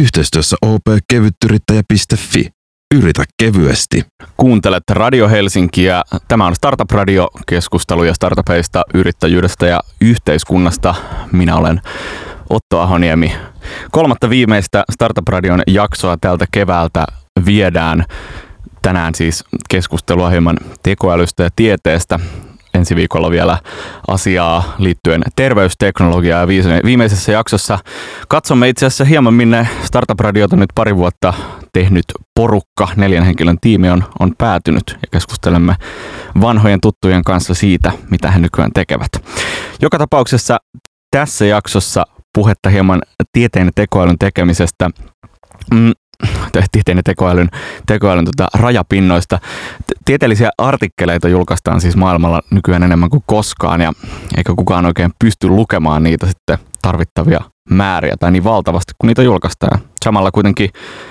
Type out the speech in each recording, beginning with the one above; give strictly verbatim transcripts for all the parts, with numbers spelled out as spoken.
Yhteistyössä o p kevytyrittäjä piste f i. Yritä kevyesti. Kuuntelet Radio Helsinkiä. Tämä on Startup Radio, keskusteluja startupeista, yrittäjyydestä ja yhteiskunnasta. Minä olen Otto Ahoniemi. Kolmatta viimeistä Startup Radion jaksoa tältä keväältä viedään. Tänään siis keskustelua hieman tekoälystä ja tieteestä. Ensi viikolla vielä asiaa liittyen terveysteknologiaan ja viimeisessä jaksossa katsomme itse asiassa hieman, minne Startup Radiota nyt pari vuotta tehnyt porukka, neljän henkilön tiimi on, on päätynyt ja keskustelemme vanhojen tuttujen kanssa siitä, mitä he nykyään tekevät. Joka tapauksessa tässä jaksossa puhetta hieman tieteen ja tekoälyn tekemisestä. Mm. tieteen ja tekoälyn, tekoälyn tota, rajapinnoista. Tieteellisiä artikkeleita julkaistaan siis maailmalla nykyään enemmän kuin koskaan, ja eikä kukaan oikein pysty lukemaan niitä sitten tarvittavia määriä tai niin valtavasti, kun niitä julkaistaan. Samalla kuitenkin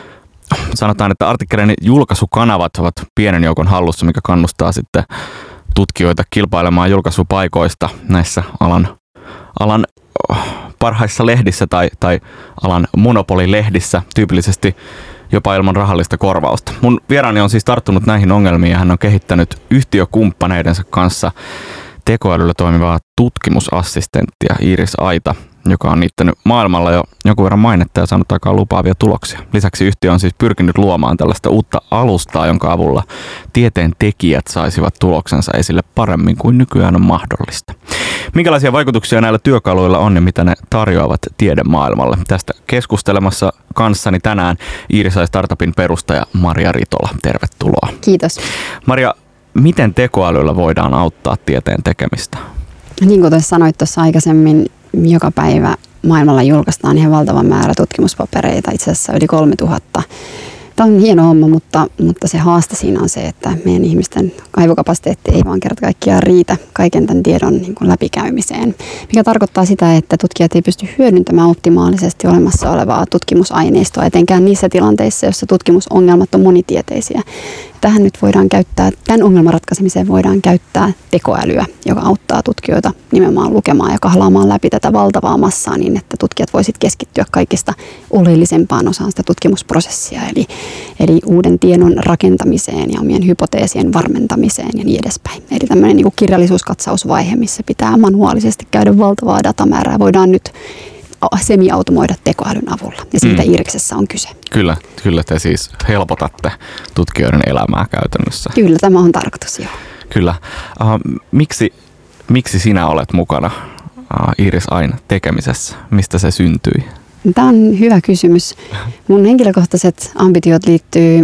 sanotaan, että artikkeleiden julkaisukanavat ovat pienen joukon hallussa, mikä kannustaa sitten tutkijoita kilpailemaan julkaisupaikoista näissä alan, alan parhaissa lehdissä tai, tai alan monopolilehdissä, tyypillisesti jopa ilman rahallista korvausta. Mun vieraani on siis tarttunut näihin ongelmiin ja hän on kehittänyt yhtiökumppaneidensa kanssa tekoälyllä toimivaa tutkimusassistenttia Iris Aita, joka on niittänyt maailmalla jo jonkun verran mainetta ja saanut aikaan lupaavia tuloksia. Lisäksi yhtiö on siis pyrkinyt luomaan tällaista uutta alustaa, jonka avulla tieteen tekijät saisivat tuloksensa esille paremmin kuin nykyään on mahdollista. Minkälaisia vaikutuksia näillä työkaluilla on ja mitä ne tarjoavat tiedemaailmalle? Tästä keskustelemassa kanssani tänään Iris Aita Startupin perustaja Maria Ritola. Tervetuloa. Kiitos. Maria, miten tekoälyllä voidaan auttaa tieteen tekemistä? Niin kuin tuossa sanoit tuossa aikaisemmin, joka päivä maailmalla julkaistaan ihan valtava määrä tutkimuspapereita, itse asiassa yli kolmetuhatta. Tämä on hieno homma, mutta, mutta se haaste siinä on se, että meidän ihmisten aivokapasiteetti ei vaan kerta kaikkiaan riitä kaiken tämän tiedon niin kuin läpikäymiseen. Mikä tarkoittaa sitä, että tutkijat ei pysty hyödyntämään optimaalisesti olemassa olevaa tutkimusaineistoa, etenkään niissä tilanteissa, joissa tutkimusongelmat on monitieteisiä. Tähän nyt voidaan käyttää, tämän ongelman ratkaisemiseen voidaan käyttää tekoälyä, joka auttaa tutkijoita nimenomaan lukemaan ja kahlaamaan läpi tätä valtavaa massaa niin, että tutkijat voisivat keskittyä kaikista oleellisempaan osaan sitä tutkimusprosessia, eli, eli uuden tiedon rakentamiseen ja omien hypoteesien varmentamiseen ja niin edespäin. Eli tämmöinen niin kuin kirjallisuuskatsausvaihe, missä pitää manuaalisesti käydä valtavaa datamäärää, voidaan nyt semi-automoida tekoälyn avulla. Ja siitä mm. Iriksessä on kyse. Kyllä, kyllä te siis helpotatte tutkijoiden elämää käytännössä. Kyllä, tämä on tarkoitus, joo. Kyllä. Uh, miksi, miksi sinä olet mukana uh, Iris Ain tekemisessä? Mistä se syntyi? Tämä on hyvä kysymys. Mun henkilökohtaiset ambitiot liittyy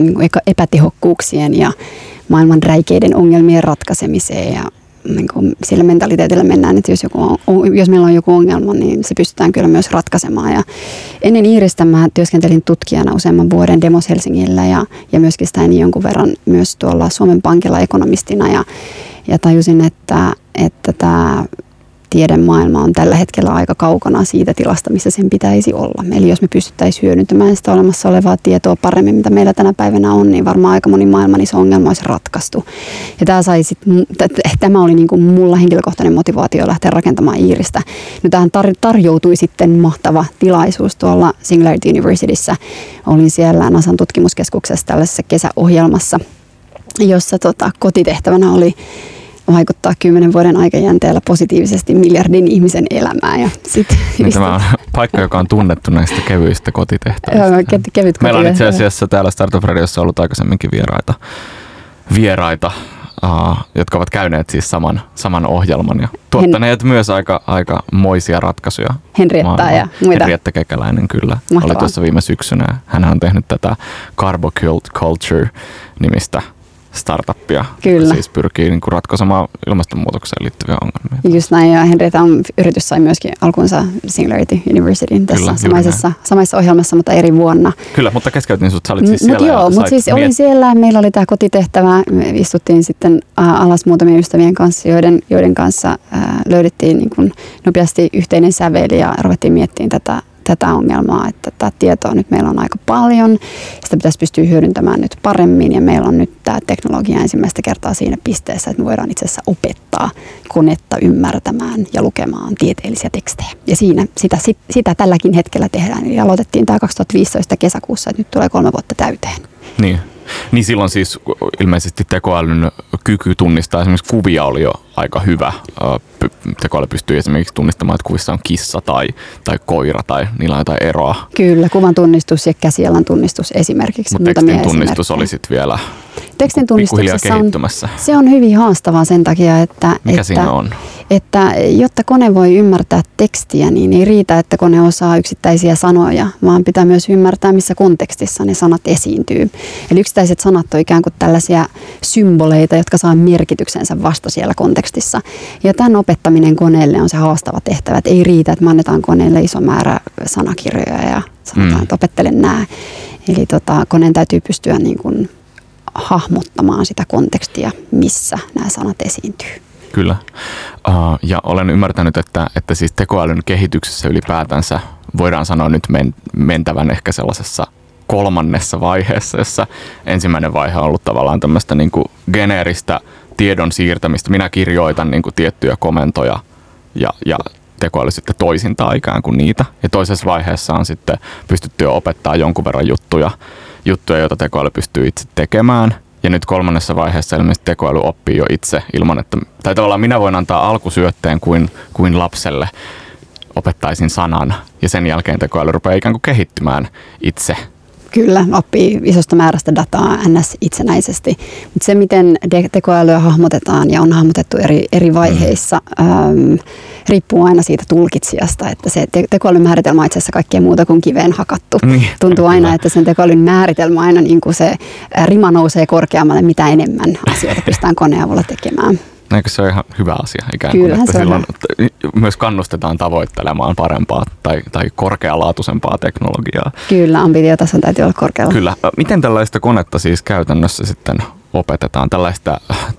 epätehokkuuksien ja maailman räikeiden ongelmien ratkaisemiseen ja niin kuin sillä mentaliteetillä mennään, että jos, joku on, jos meillä on joku ongelma, niin se pystytään kyllä myös ratkaisemaan. Ja ennen Iristä mä työskentelin tutkijana useamman vuoden Demos Helsingillä ja, ja myöskin sitä ennen jonkun verran myös tuolla Suomen Pankilla ekonomistina. Ja, ja tajusin, että, että tämä tiedemaailma on tällä hetkellä aika kaukana siitä tilasta, missä sen pitäisi olla. Eli jos me pystyttäisiin hyödyntämään sitä olemassa olevaa tietoa paremmin, mitä meillä tänä päivänä on, niin varmaan aika moni maailman iso ongelma olisi ratkaistu. Ja tämä, sai sit, tämä oli niin kuin mulla henkilökohtainen motivaatio lähteä rakentamaan Iristä. No, tähän tar- tarjoutui sitten mahtava tilaisuus tuolla Singularity Universityssä. Olin siellä NASAn tutkimuskeskuksessa tällaisessa kesäohjelmassa, jossa tota, kotitehtävänä oli vaikuttaa kymmenen vuoden aikajänteellä positiivisesti miljardin ihmisen elämään. Ja sit, niin tämä on paikka, joka on tunnettu näistä kevyistä kotitehtävistä. Joo, ke- kevyt Meillä on itse asiassa täällä Startup Radiossa ollut aikaisemminkin vieraita, vieraita uh, jotka ovat käyneet siis saman, saman ohjelman ja tuottaneet Hen- myös aika, aika moisia ratkaisuja. Henrietta ja muita. Henrietta Kekäläinen kyllä. Mahtavaa. Oli tuossa viime syksynä. Hän on tehnyt tätä Carbo Culture-nimistä startuppia, joka siis pyrkii niin kuin ratkaisemaan ilmastonmuutokseen liittyviä ongelmia. Just näin, ja Henrietan yritys sai myöskin alkunsa Singularity Universityn tässä Kyllä, samaisessa, samaisessa ohjelmassa, mutta eri vuonna. Kyllä, mutta keskeytin sut, sä olit siis M- siellä. Joo, mutta siis miet- olin siellä, meillä oli tämä kotitehtävä, me istuttiin sitten alas muutamien ystävien kanssa, joiden, joiden kanssa ää, löydettiin niin kuin nopeasti yhteinen säveli ja ruvettiin miettimään tätä tätä ongelmaa, että tätä tietoa nyt meillä on aika paljon. Sitä pitäisi pystyä hyödyntämään nyt paremmin ja meillä on nyt tämä teknologia ensimmäistä kertaa siinä pisteessä, että me voidaan itse asiassa opettaa konetta ymmärtämään ja lukemaan tieteellisiä tekstejä. Ja siinä, sitä, sitä tälläkin hetkellä tehdään. Eli aloitettiin tämä kaksituhattaviisitoista kesäkuussa, että nyt tulee kolme vuotta täyteen. Niin. Niin silloin siis ilmeisesti tekoälyn kyky tunnistaa esimerkiksi kuvia oli jo aika hyvä. Tekoäly pystyy esimerkiksi tunnistamaan, että kuvissa on kissa tai, tai koira tai niillä on jotain eroa. Kyllä, kuvan tunnistus ja käsialan tunnistus esimerkiksi. Mutta tekstin tunnistus oli sitten vielä tekstin pikkuhiljaa kehittymässä. On, se on hyvin haastavaa sen takia, että, Mikä että, siinä on? että jotta kone voi ymmärtää tekstiä, niin ei riitä, että kone osaa yksittäisiä sanoja, vaan pitää myös ymmärtää, missä kontekstissa ne sanat esiintyy. Eli yksittäiset sanat on ikään kuin tällaisia symboleita, jotka saa merkityksensä vasta siellä kontekstissa. Ja tämän opettaminen koneelle on se haastava tehtävä, että ei riitä, että me annetaan koneelle iso määrä sanakirjoja ja sanotaan, mm. että opettele nämä. Eli tota, koneen täytyy pystyä niin kuin hahmottamaan sitä kontekstia, missä nämä sanat esiintyy. Kyllä. Uh, ja olen ymmärtänyt, että, että siis tekoälyn kehityksessä ylipäätänsä voidaan sanoa nyt men, mentävän ehkä sellaisessa kolmannessa vaiheessa, jossa ensimmäinen vaihe on ollut tavallaan tämmöistä niin kuin geneeristä tiedon siirtämistä. Minä kirjoitan niin kuin tiettyjä komentoja ja, ja tekoäly sitten toisintaa ikään kuin niitä. Ja toisessa vaiheessa on sitten pystytty jo opettaa jonkun verran juttuja, juttuja, joita tekoäly pystyy itse tekemään. Ja nyt kolmannessa vaiheessa ilmeisesti tekoäly oppii jo itse ilman, että, tai tavallaan minä voin antaa alkusyötteen kuin, kuin lapselle opettaisin sanan ja sen jälkeen tekoäly rupeaa ikään kuin kehittymään itse. Kyllä, oppii isosta määrästä dataa ns. Itsenäisesti. Mutta se, miten tekoälyä hahmotetaan ja on hahmotettu eri, eri vaiheissa, mm. äm, riippuu aina siitä tulkitsijasta. Että se te- tekoälyn määritelmä on itse asiassa kaikkea muuta kuin kiveen hakattu. Mm. Tuntuu aina, kyllä. että sen tekoälyn määritelmä aina niin kuin se rima nousee korkeammalle, mitä enemmän asioita pystytään koneen avulla tekemään. Eikö se ole ihan hyvä asia ikään kuin, Kyllähän että silloin myös kannustetaan tavoittelemaan parempaa tai, tai korkealaatuisempaa teknologiaa. Kyllä, ambitiotason täytyy olla korkealla. Kyllä. Miten tällaista konetta siis käytännössä sitten opetetaan, tällaista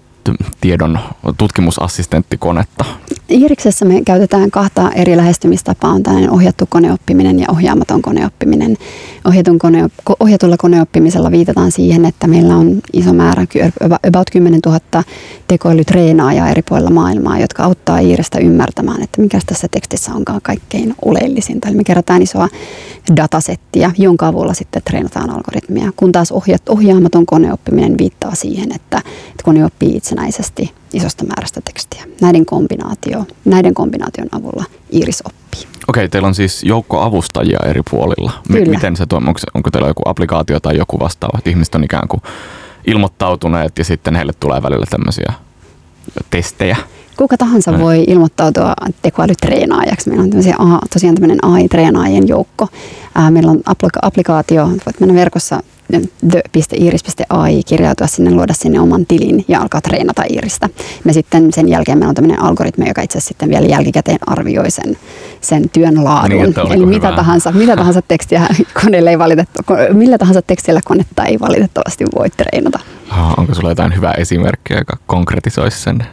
tiedon tutkimusassistenttikonetta? Iiriksessä me käytetään kahta eri lähestymistapaa. On tällainen ohjattu koneoppiminen ja ohjaamaton koneoppiminen. Ohjatun kone, ohjatulla koneoppimisella viitataan siihen, että meillä on iso määrä, about kymmenen tuhatta tekoälytreenaajaa eri puolilla maailmaa, jotka auttaa Iiristä ymmärtämään, että mikä tässä tekstissä onkaan kaikkein oleellisinta. Eli me kerätään isoa datasettia, jonka avulla sitten treenataan algoritmia, kun taas ohjat, ohjaamaton koneoppiminen viittaa siihen, että, että kone oppii itsenäisesti isosta määrästä tekstiä. Näiden, kombinaatio, näiden kombinaation avulla Iiris oppii. Okei, teillä on siis joukko avustajia eri puolilla. M- miten se toimii? Onko, onko teillä joku applikaatio tai joku vastaava? Että ihmiset on ikään kuin ilmoittautuneet ja sitten heille tulee välillä tämmöisiä testejä. Kuka tahansa voi ilmoittautua tekoälytreenaajaksi. Meillä on tämmöisiä, tosiaan tämmöinen A I-treenaajien joukko. Meillä on applikaatio, voit mennä verkossa the piste iiris piste a i, kirjautua sinne, luoda sinne oman tilin ja alkaa treenata Iiristä. Ja sitten sen jälkeen meillä on tämmöinen algoritmi, joka itse asiassa sitten vielä jälkikäteen arvioi sen, sen työn laadun. Niin, eli mitä tahansa, mitä tahansa tekstiä koneelle ei valitettu, millä tahansa tekstillä konetta ei valitettavasti voi treenata. Onko sulla jotain hyvää esimerkkiä, joka konkretisoisi sen,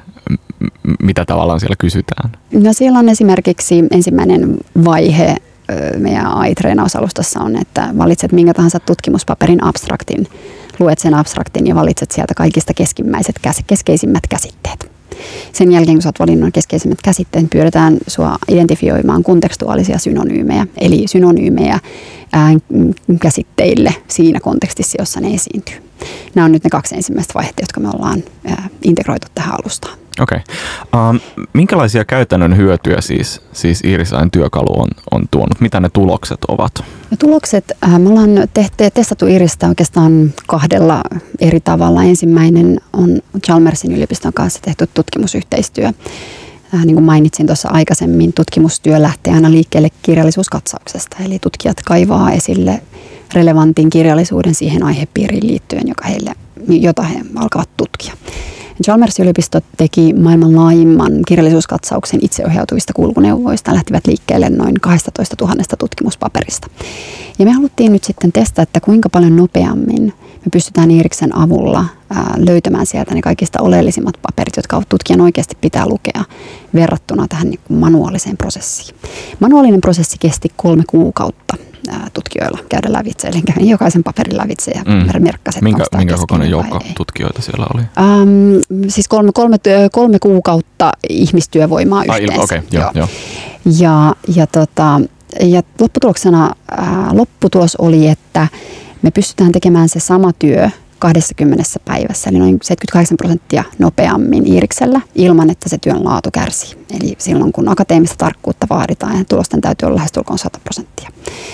mitä tavallaan siellä kysytään? No siellä on esimerkiksi ensimmäinen vaihe meidän A I-treenausalustassa on, että valitset minkä tahansa tutkimuspaperin abstraktin, luet sen abstraktin ja valitset sieltä kaikista keskimmäiset, keskeisimmät käsitteet. Sen jälkeen, kun sä oot valinnut keskeisimmät käsitteet, pyydetään sua identifioimaan kontekstuaalisia synonyymejä, eli synonyymejä ää, käsitteille siinä kontekstissa, jossa ne esiintyy. Nämä on nyt ne kaksi ensimmäistä vaihetta, jotka me ollaan ää, integroitu tähän alustaan. Okei. Okay. Um, minkälaisia käytännön hyötyjä siis, siis Iirisain työkalu on, on tuonut? Mitä ne tulokset ovat? No, tulokset, äh, me ollaan tehty, testattu Iiristä oikeastaan kahdella eri tavalla. Ensimmäinen on Chalmersin yliopiston kanssa tehty tutkimusyhteistyö. Äh, niin kuin mainitsin tuossa aikaisemmin, tutkimustyö lähtee aina liikkeelle kirjallisuuskatsauksesta. Eli tutkijat kaivaa esille relevantin kirjallisuuden siihen aihepiiriin liittyen, joka heille, jota he alkavat tutkia. Chalmersin yliopisto teki maailman laajimman kirjallisuuskatsauksen itseohjautuvista kulkuneuvoista. Lähtivät liikkeelle noin kaksitoistatuhatta tutkimuspaperista. Ja me haluttiin nyt sitten testata, että kuinka paljon nopeammin me pystytään Iiriksen avulla ää, löytämään sieltä ne kaikista oleellisimmat paperit, jotka tutkijan oikeasti pitää lukea verrattuna tähän niin kuin manuaaliseen prosessiin. Manuaalinen prosessi kesti kolme kuukautta ää, tutkijoilla käydä lävitse, eli kävin jokaisen paperin lävitse ja mm. merkkasin, minkä, minkä kokoinen joukko tutkijoita siellä oli? Ähm, siis kolme, kolme, kolme kuukautta ihmistyövoimaa yhteensä. Okay, joo, joo. Ja, ja, tota, ja lopputuloksena ää, lopputulos oli, että me pystytään tekemään se sama työ kaksikymmentä päivässä, eli noin seitsemänkymmentäkahdeksan prosenttia nopeammin Iiriksellä ilman, että se työn laatu kärsii. Eli silloin, kun akateemista tarkkuutta vaaditaan, ja tulosten täytyy olla lähestulkoon sata prosenttia.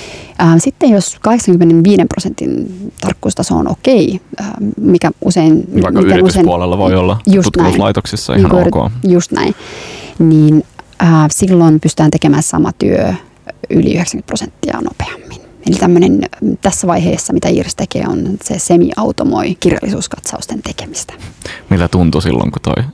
Sitten jos kahdeksankymmentäviisi prosentin tarkkuustaso on okei, mikä usein... Vaikka yrityspuolella usein, voi olla tutkimuslaitoksissa ihan niin ok. Just näin. Niin äh, silloin pystytään tekemään sama työ yli yhdeksänkymmentä prosenttia nopeammin. Eli tämmöinen tässä vaiheessa, mitä Iiris tekee, on se semi-automoi kirjallisuuskatsausten tekemistä. Millä tuntui silloin, kun toi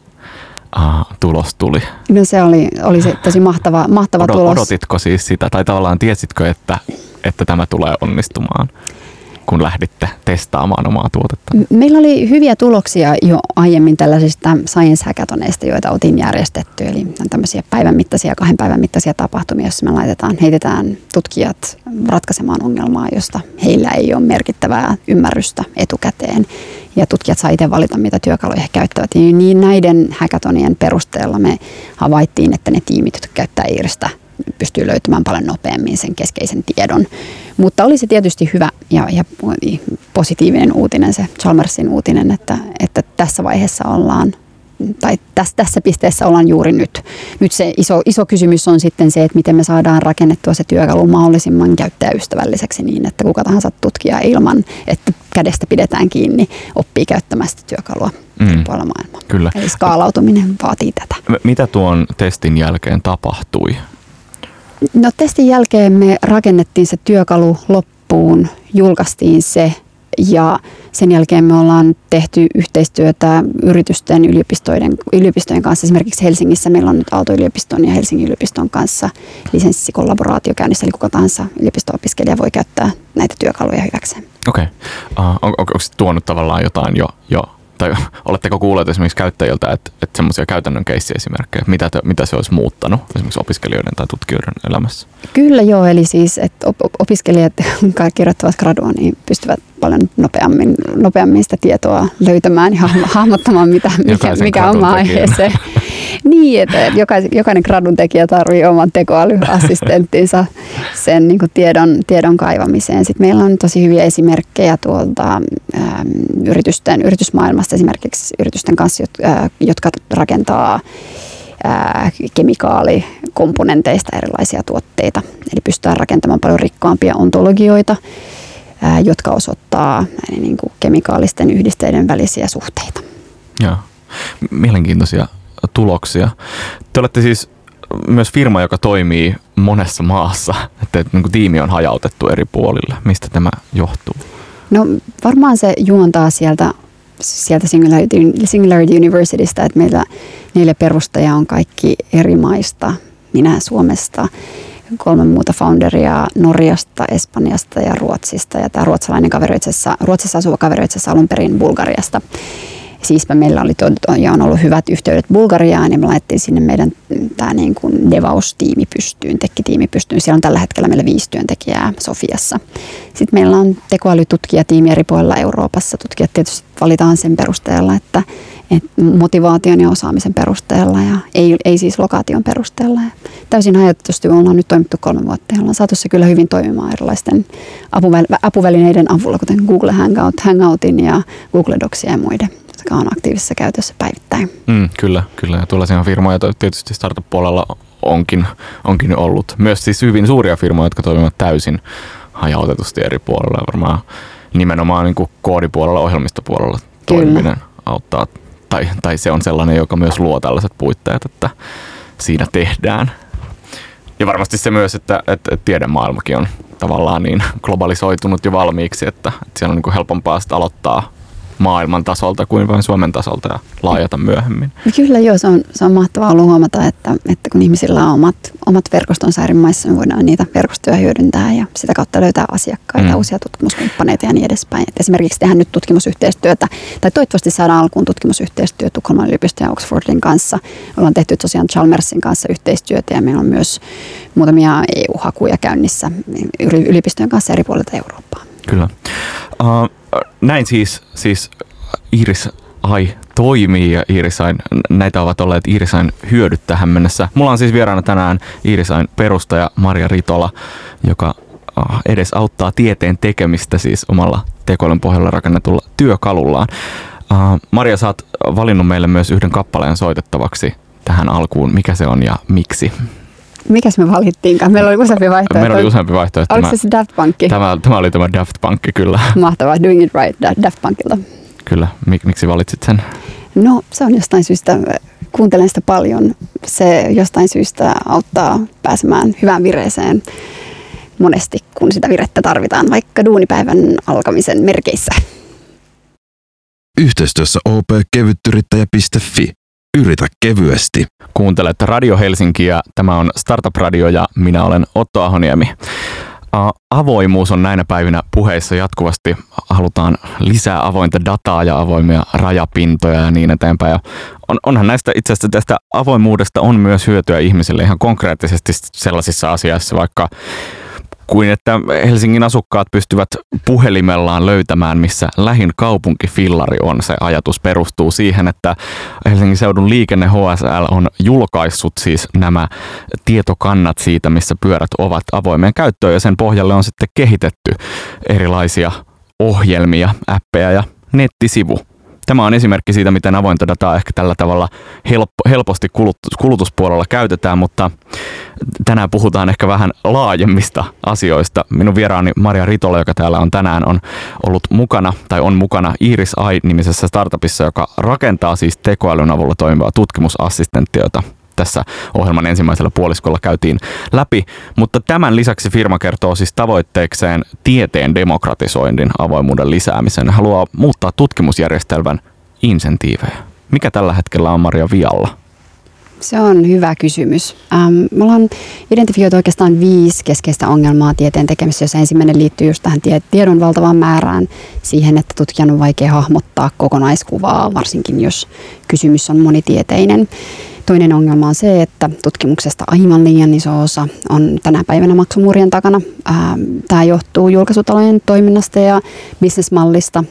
uh, tulos tuli? No se oli, oli se tosi mahtava, mahtava Odot, tulos. Odotitko siis sitä, tai tavallaan tiesitkö, että, että tämä tulee onnistumaan, kun lähditte testaamaan omaa tuotetta? Meillä oli hyviä tuloksia jo aiemmin tällaisista science hackathoneista, joita oltiin järjestetty. Eli on tämmöisiä päivän mittaisia, kahden päivän mittaisia tapahtumia, joissa me laitetaan, heitetään tutkijat ratkaisemaan ongelmaa, josta heillä ei ole merkittävää ymmärrystä etukäteen. Ja tutkijat saa itse valita, mitä työkaluja he käyttävät. Ja niin näiden hackathonien perusteella me havaittiin, että ne tiimit, jotka käyttää Iiristä, pystyy löytämään paljon nopeammin sen keskeisen tiedon. Mutta oli se tietysti hyvä ja, ja positiivinen uutinen, se Chalmersin uutinen, että, että tässä vaiheessa ollaan, tai tässä, tässä pisteessä ollaan juuri nyt. Nyt se iso, iso kysymys on sitten se, että miten me saadaan rakennettua se työkalu mahdollisimman käyttäjäystävälliseksi niin, että kuka tahansa tutkija ilman, että kädestä pidetään kiinni, oppii käyttämään sitä työkalua mm. puolella maailmaa. Kyllä. Eli skaalautuminen vaatii tätä. Mitä tuon testin jälkeen tapahtui? No testin jälkeen me rakennettiin se työkalu loppuun, julkaistiin se ja sen jälkeen me ollaan tehty yhteistyötä yritysten, yliopistojen, yliopistojen kanssa. Esimerkiksi Helsingissä meillä on nyt Aalto-yliopiston ja Helsingin yliopiston kanssa lisenssikollaboraatio käynnissä, eli kuka tahansa yliopisto-opiskelija voi käyttää näitä työkaluja hyväkseen. Okei. Okay. Uh, on, on, onko se tuonut tavallaan jotain jo, jo tai oletteko kuulleet esimerkiksi käyttäjiltä, että, että semmoisia käytännön keissi-esimerkkejä, mitä, te, mitä se olisi muuttanut esimerkiksi opiskelijoiden tai tutkijoiden elämässä? Kyllä joo, eli siis että op- opiskelijat, jotka kirjoittavat gradua, niin pystyvät paljon nopeammin, nopeammin sitä tietoa löytämään ja hahmottamaan, mitä, mikä, mikä on aiheeseen. Niin, että jokainen, jokainen gradun tekijä tarvitsee oman tekoälyassistenttinsa sen niin kuin tiedon, tiedon kaivamiseen. Sitten meillä on tosi hyviä esimerkkejä tuolta äm, yritysten, yritysmaailmasta, esimerkiksi yritysten kanssa, jotka rakentaa ää, kemikaalikomponenteista erilaisia tuotteita. Eli pystytään rakentamaan paljon rikkaampia ontologioita, ää, jotka osoittaa niin kuin kemikaalisten yhdisteiden välisiä suhteita. Joo, mielenkiintoisia tuloksia. Te olette siis myös firma, joka toimii monessa maassa, että niin kuin tiimi on hajautettu eri puolille. Mistä tämä johtuu? No varmaan se juontaa sieltä, sieltä Singularity, Singularity Universitystä, että meillä neljä perustajaa on kaikki eri maista. Minä Suomesta, kolme muuta founderia Norjasta, Espanjasta ja Ruotsista. Ja tämä ruotsalainen kaveri itse asiassa, Ruotsissa asuva kaveri itse asiassa alun perin Bulgariasta. Siispä meillä oli to- ja on ollut hyvät yhteydet Bulgariaan ja me laitettiin sinne meidän tämä niin kuin Devaus-tiimi pystyyn, tekkitiimi pystyyn. Siellä on tällä hetkellä meillä viisi työntekijää Sofiassa. Sitten meillä on tekoälytutkijatiimi eri puolilla Euroopassa. Tutkijat tietysti valitaan sen perusteella, että, että motivaation ja osaamisen perusteella ja ei, ei siis lokaation perusteella. Ja täysin hajautetusti me ollaan nyt toimittu kolme vuotta ja ollaan saatu se kyllä hyvin toimimaan erilaisten apuväl- apuvälineiden avulla, kuten Google Hangout, Hangoutin ja Google Docsia ja muiden, jotka on aktiivisessa käytössä päivittäin. Mm, kyllä, kyllä. Ja tuollaisia firmoja tietysti startup-puolella onkin, onkin ollut. Myös siis hyvin suuria firmoja, jotka toimivat täysin hajautetusti eri puolilla. Ja varmaan nimenomaan niin kuin koodipuolella, ohjelmistopuolella toimiminen auttaa. Tai, tai se on sellainen, joka myös luo tällaiset puitteet, että siinä tehdään. Ja varmasti se myös, että, että, että tiedemaailmakin on tavallaan niin globalisoitunut jo valmiiksi, että, että siellä on niin kuin helpompaa aloittaa maailman tasolta kuin vain Suomen tasolta ja laajata myöhemmin. Kyllä joo, se on, se on mahtavaa ollut huomata, että, että kun ihmisillä on omat, omat verkostonsa eri maissa, niin voidaan niitä verkostoja hyödyntää ja sitä kautta löytää asiakkaita, mm. uusia tutkimuskumppaneita ja niin edespäin. Et esimerkiksi tehdään nyt tutkimusyhteistyötä, tai toivottavasti saadaan alkuun tutkimusyhteistyö Tukholman yliopiston ja Oxfordin kanssa. Ollaan tehty tosiaan Chalmersin kanssa yhteistyötä ja meillä on myös muutamia E U-hakuja käynnissä yliopistojen kanssa eri puolilta Eurooppaa. Kyllä. Uh, näin siis, siis Iiris Ai toimii ja Iirisain, näitä ovat olleet Iirisain hyödyt tähän mennessä. Mulla on siis vieraana tänään Iirisain perustaja Marja Ritola, joka edes auttaa tieteen tekemistä siis omalla tekoälyn pohjalla rakennetulla työkalullaan. Uh, Marja, sä oot valinnut meille myös yhden kappaleen soitettavaksi tähän alkuun. Mikä se on ja miksi? Mikäs me valittiinkaan? Meillä oli useampi vaihtoehto. Meillä oli useampi vaihtoehto. Oliko se se Daft Punk? Tämä, tämä oli tämä Daft Punk, kyllä. Mahtavaa, Doing It Right Daft Punkilta. Kyllä. Mik, miksi valitsit sen? No se on jostain syystä, kuuntelen sitä paljon. Se jostain syystä auttaa pääsemään hyvään vireeseen monesti, kun sitä virettä tarvitaan, vaikka duunipäivän alkamisen merkeissä. Yhteistyössä o p kevytyrittäjä piste fi. Yritä kevyesti. Kuuntelet Radio Helsinkiä. Tämä on Startup Radio ja minä olen Otto Ahoniemi. Avoimuus on näinä päivinä puheissa jatkuvasti. Halutaan lisää avointa dataa ja avoimia rajapintoja ja niin eteenpäin. Ja on, onhan näistä itse asiassa tästä avoimuudesta on myös hyötyä ihmisille ihan konkreettisesti sellaisissa asioissa, vaikka kuin että Helsingin asukkaat pystyvät puhelimellaan löytämään, missä lähin kaupunkifillari on. Se ajatus perustuu siihen, että Helsingin seudun liikenne H S L on julkaissut siis nämä tietokannat siitä, missä pyörät ovat avoimeen käyttöön, ja sen pohjalle on sitten kehitetty erilaisia ohjelmia, appeja ja nettisivu. Tämä on esimerkki siitä, miten avointa dataa ehkä tällä tavalla helppo, helposti kulutuspuolella käytetään, mutta tänään puhutaan ehkä vähän laajemmista asioista. Minun vieraani Marja Ritola, joka täällä on tänään, on ollut mukana tai on mukana Iiris Ai-nimisessä startupissa, joka rakentaa siis tekoälyn avulla toimivaa tutkimusassistenttia, jota tässä ohjelman ensimmäisellä puoliskolla käytiin läpi, mutta tämän lisäksi firma kertoo siis tavoitteekseen tieteen demokratisoinnin avoimuuden lisäämisen. Haluaa muuttaa tutkimusjärjestelmän insentiivejä. Mikä tällä hetkellä on, Marja, vialla? Se on hyvä kysymys. Ähm, me ollaan identifioitu oikeastaan viisi keskeistä ongelmaa tieteen tekemisessä, jossa ensimmäinen liittyy just tähän tiedon valtavaan määrään, siihen, että tutkijan on vaikea hahmottaa kokonaiskuvaa, varsinkin jos kysymys on monitieteinen. Toinen ongelma on se, että tutkimuksesta aivan liian iso osa on tänä päivänä maksumuurien takana. Tämä johtuu julkaisutalojen toiminnasta ja bisnesmallista,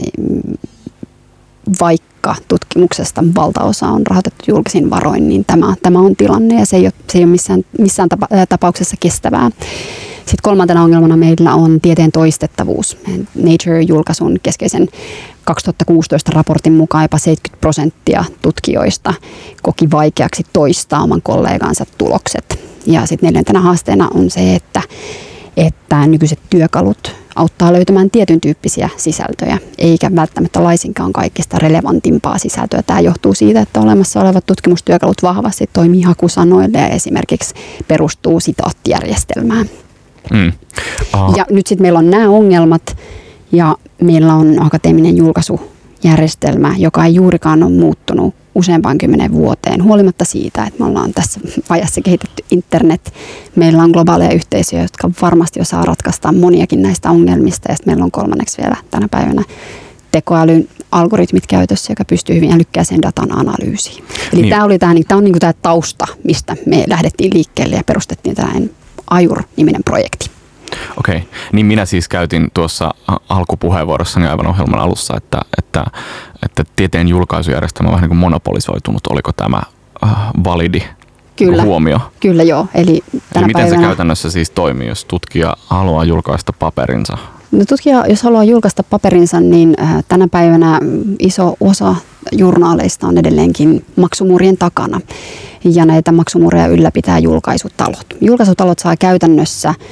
vaikka tutkimuksesta valtaosa on rahoitettu julkisin varoin, niin tämä, tämä on tilanne ja se ei ole, se ei ole missään, missään tapauksessa kestävää. Sitten kolmantena ongelmana meillä on tieteen toistettavuus. Nature-julkaisun keskeisen kaksituhattakuusitoista raportin mukaan jopa seitsemänkymmentä prosenttia tutkijoista koki vaikeaksi toistaa oman kollegansa tulokset. Ja sitten neljäntenä haasteena on se, että, että nykyiset työkalut auttaa löytämään tietyn tyyppisiä sisältöjä, eikä välttämättä laisinkaan kaikista relevantimpaa sisältöä. Tämä johtuu siitä, että olemassa olevat tutkimustyökalut vahvasti toimii hakusanoille ja esimerkiksi perustuu sitaattijärjestelmään. Mm. Oh. Ja nyt sitten meillä on nämä ongelmat ja meillä on akateeminen julkaisujärjestelmä, joka ei juurikaan ole muuttunut useampaan kymmenen vuoteen, huolimatta siitä, että me ollaan tässä ajassa kehitetty internet. Meillä on globaaleja yhteisöjä, jotka varmasti osaa ratkaista moniakin näistä ongelmista, ja sitten meillä on kolmanneksi vielä tänä päivänä tekoälyn algoritmit käytössä, joka pystyy hyvin älykkääseen datan analyysiin. Eli niin. tämä oli tämä, tämä on niin kuin tämä tausta, mistä me lähdettiin liikkeelle ja perustettiin tällainen Ajur-niminen projekti. Okei, niin minä siis käytin tuossa alkupuheenvuorossani aivan ohjelman alussa, että, että, että tieteen julkaisujärjestelmä on vähän niin kuin monopolisoitunut. Oliko tämä äh, validi Kyllä. huomio? Kyllä joo. Eli tänä Eli miten päivänä... se käytännössä siis toimii, jos tutkija haluaa julkaista paperinsa? No, tutkija, jos haluaa julkaista paperinsa, niin äh, tänä päivänä iso osa journaaleista on edelleenkin maksumuurien takana. Ja näitä maksumuureja ylläpitää julkaisutalot. Julkaisutalot saa käytännössä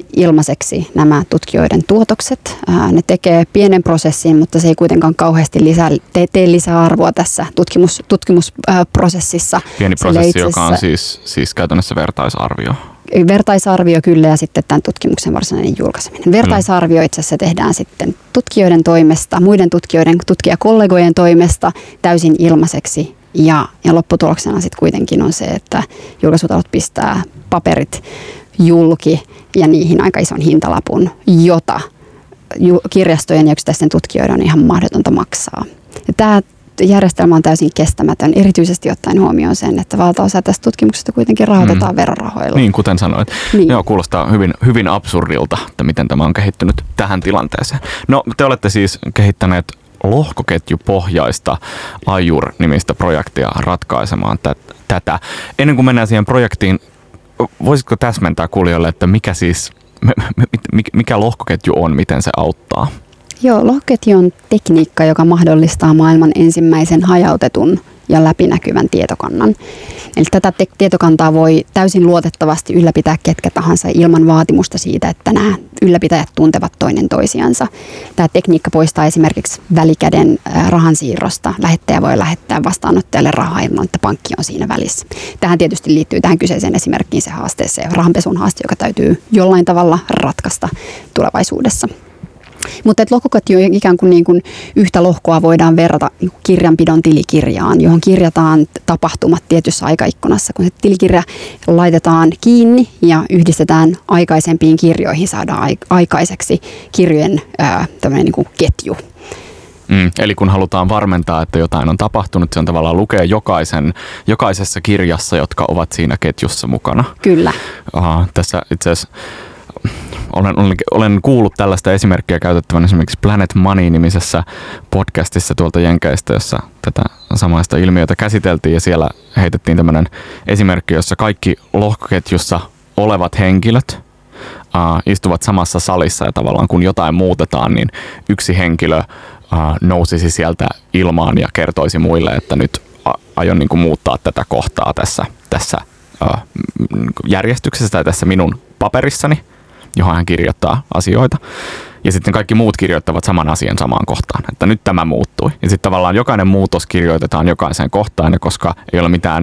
ilmaiseksi nämä tutkijoiden tuotokset. Ää, ne tekee pienen prosessin, mutta se ei kuitenkaan kauheasti lisää, tee, tee lisäarvoa tässä tutkimus, tutkimusprosessissa. Pieni prosessi, joka on siis, siis käytännössä vertaisarvio. Vertaisarvio kyllä ja sitten tämän tutkimuksen varsinainen julkaiseminen. Vertaisarvio itse asiassa tehdään sitten tutkijoiden toimesta, muiden tutkijoiden, tutkijakollegojen toimesta täysin ilmaiseksi. Ja, ja lopputuloksena sitten kuitenkin on se, että julkaisutalot pistää paperit julki ja niihin aika ison hintalapun, jota kirjastojen ja yksittäisten tutkijoiden on ihan mahdotonta maksaa. Ja tämä järjestelmä on täysin kestämätön, erityisesti ottaen huomioon sen, että valtaosa tästä tutkimuksesta kuitenkin rahoitetaan mm. verorahoilla. Niin, kuten sanoit. Niin. Joo, kuulostaa hyvin, hyvin absurdilta, että miten tämä on kehittynyt tähän tilanteeseen. No, te olette siis kehittäneet lohkoketjupohjaista Ajur-nimistä projektia ratkaisemaan t- tätä. Ennen kuin mennään siihen projektiin, voisitko täsmentää kuulijoille, että mikä siis, mikä lohkoketju on, miten se auttaa? Joo, lohkoketju on tekniikka, joka mahdollistaa maailman ensimmäisen hajautetun ja läpinäkyvän tietokannan. Eli tätä te- tietokantaa voi täysin luotettavasti ylläpitää ketkä tahansa ilman vaatimusta siitä, että nämä ylläpitäjät tuntevat toinen toisiansa. Tämä tekniikka poistaa esimerkiksi välikäden rahansiirrosta. Lähettäjä voi lähettää vastaanottajalle rahaa ilman, että pankki on siinä välissä. Tähän tietysti liittyy tähän kyseiseen esimerkkiin se haasteeseen, rahanpesun haaste, joka täytyy jollain tavalla ratkaista tulevaisuudessa. Mutta lohkoketju ikään kuin, niin kuin yhtä lohkoa voidaan verrata kirjanpidon tilikirjaan, johon kirjataan tapahtumat tietyssä aikaikkunassa. Kun se tilikirja laitetaan kiinni ja yhdistetään aikaisempiin kirjoihin, saadaan aikaiseksi kirjojen ää, tämmöinen niin kuin ketju. Mm, eli kun halutaan varmentaa, että jotain on tapahtunut, se on tavallaan lukea jokaisen, jokaisessa kirjassa, jotka ovat siinä ketjussa mukana. Kyllä. Aha, tässä itse asiassa Olen, olen, olen kuullut tällaista esimerkkiä käytettävän esimerkiksi Planet Money-nimisessä podcastissa tuolta Jenkeistä, jossa tätä samaista ilmiötä käsiteltiin ja siellä heitettiin tämmöinen esimerkki, jossa kaikki lohkoketjussa olevat henkilöt uh, istuvat samassa salissa ja tavallaan kun jotain muutetaan, niin yksi henkilö uh, nousisi sieltä ilmaan ja kertoisi muille, että nyt aion niin kuin muuttaa tätä kohtaa tässä, tässä uh, järjestyksessä tai tässä minun paperissani, johon hän kirjoittaa asioita. Ja sitten kaikki muut kirjoittavat saman asian samaan kohtaan, että nyt tämä muuttui. Ja sitten tavallaan jokainen muutos kirjoitetaan jokaiseen kohtaan, ja koska ei ole mitään,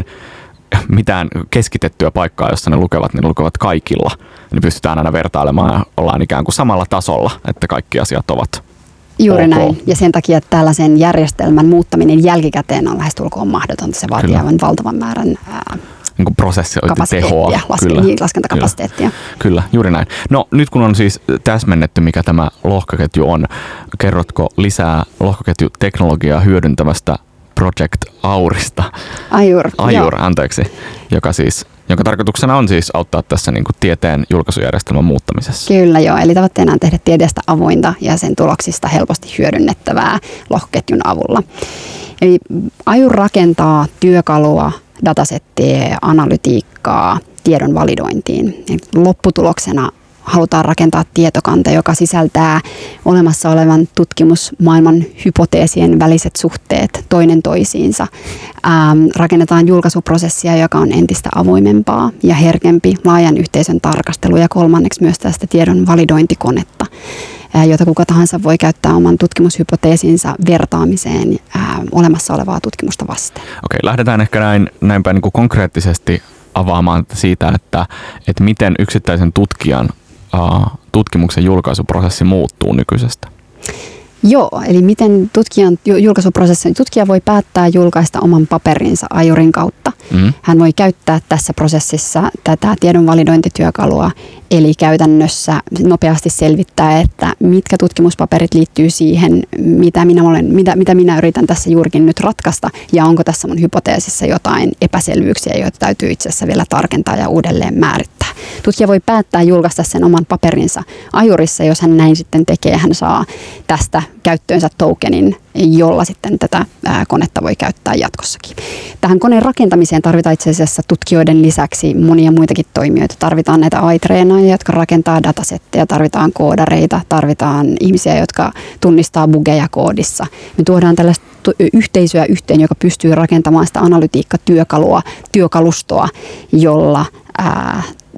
mitään keskitettyä paikkaa, jossa ne lukevat, niin ne lukevat kaikilla. Niin pystytään aina vertailemaan ja ollaan ikään kuin samalla tasolla, että kaikki asiat ovat Juuri ok. näin. Ja sen takia tällaisen järjestelmän muuttaminen jälkikäteen on lähestulkoon mahdotonta. Se vaatii aivan valtavan määrän ää, niin prosessiointitehoa. Laske, kyllä, niin, laskentakapasiteettia. Kyllä, kyllä, juuri näin. No nyt kun on siis täsmennetty, mikä tämä lohkoketju on, kerrotko lisää lohkoketjuteknologiaa hyödyntävästä Project Aurista? Ajur. Ajur, joo. anteeksi. Joka siis, jonka tarkoituksena on siis auttaa tässä niin kuin tieteen julkaisujärjestelmän muuttamisessa. Kyllä joo, eli tavoitteena on tehdä tieteestä avointa ja sen tuloksista helposti hyödynnettävää lohkoketjun avulla. Eli Ajur rakentaa työkalua, datasettia, analytiikkaa, tiedon validointiin. Lopputuloksena halutaan rakentaa tietokanta, joka sisältää olemassa olevan tutkimusmaailman hypoteesien väliset suhteet toinen toisiinsa. Ähm, rakennetaan julkaisuprosessia, joka on entistä avoimempaa ja herkempi laajan yhteisön tarkastelu ja kolmanneksi myös tästä tiedon validointikonetta, jota kuka tahansa voi käyttää oman tutkimushypoteesinsa vertaamiseen ää, olemassa olevaa tutkimusta vastaan. Okei, lähdetään ehkä näin, näinpä niin kuin konkreettisesti avaamaan siitä, että, että miten yksittäisen tutkijan uh, tutkimuksen julkaisuprosessi muuttuu nykyisestä. Joo, eli miten tutkijan julkaisuprosessi, tutkija voi päättää julkaista oman paperinsa Ajurin kautta. Mm. Hän voi käyttää tässä prosessissa tätä tiedon validointityökalua, eli käytännössä nopeasti selvittää, että mitkä tutkimuspaperit liittyy siihen, mitä minä, olen, mitä, mitä minä yritän tässä juurikin nyt ratkaista, ja onko tässä mun hypoteesissa jotain epäselvyyksiä, joita täytyy itse asiassa vielä tarkentaa ja uudelleen määrittää. Tutkija voi päättää julkaista sen oman paperinsa Ajurissa, jos hän näin sitten tekee, hän saa tästä käyttöönsä tokenin, jolla sitten tätä konetta voi käyttää jatkossakin. Tähän koneen rakentamiseen tarvitaan itse asiassa tutkijoiden lisäksi monia muitakin toimijoita. Tarvitaan näitä A I-treenaajia, jotka rakentaa datasetteja, tarvitaan koodareita, tarvitaan ihmisiä, jotka tunnistaa bugeja koodissa. Me tuodaan tällaista yhteisöä yhteen, joka pystyy rakentamaan sitä analytiikkatyökalua, työkalustoa, jolla ää,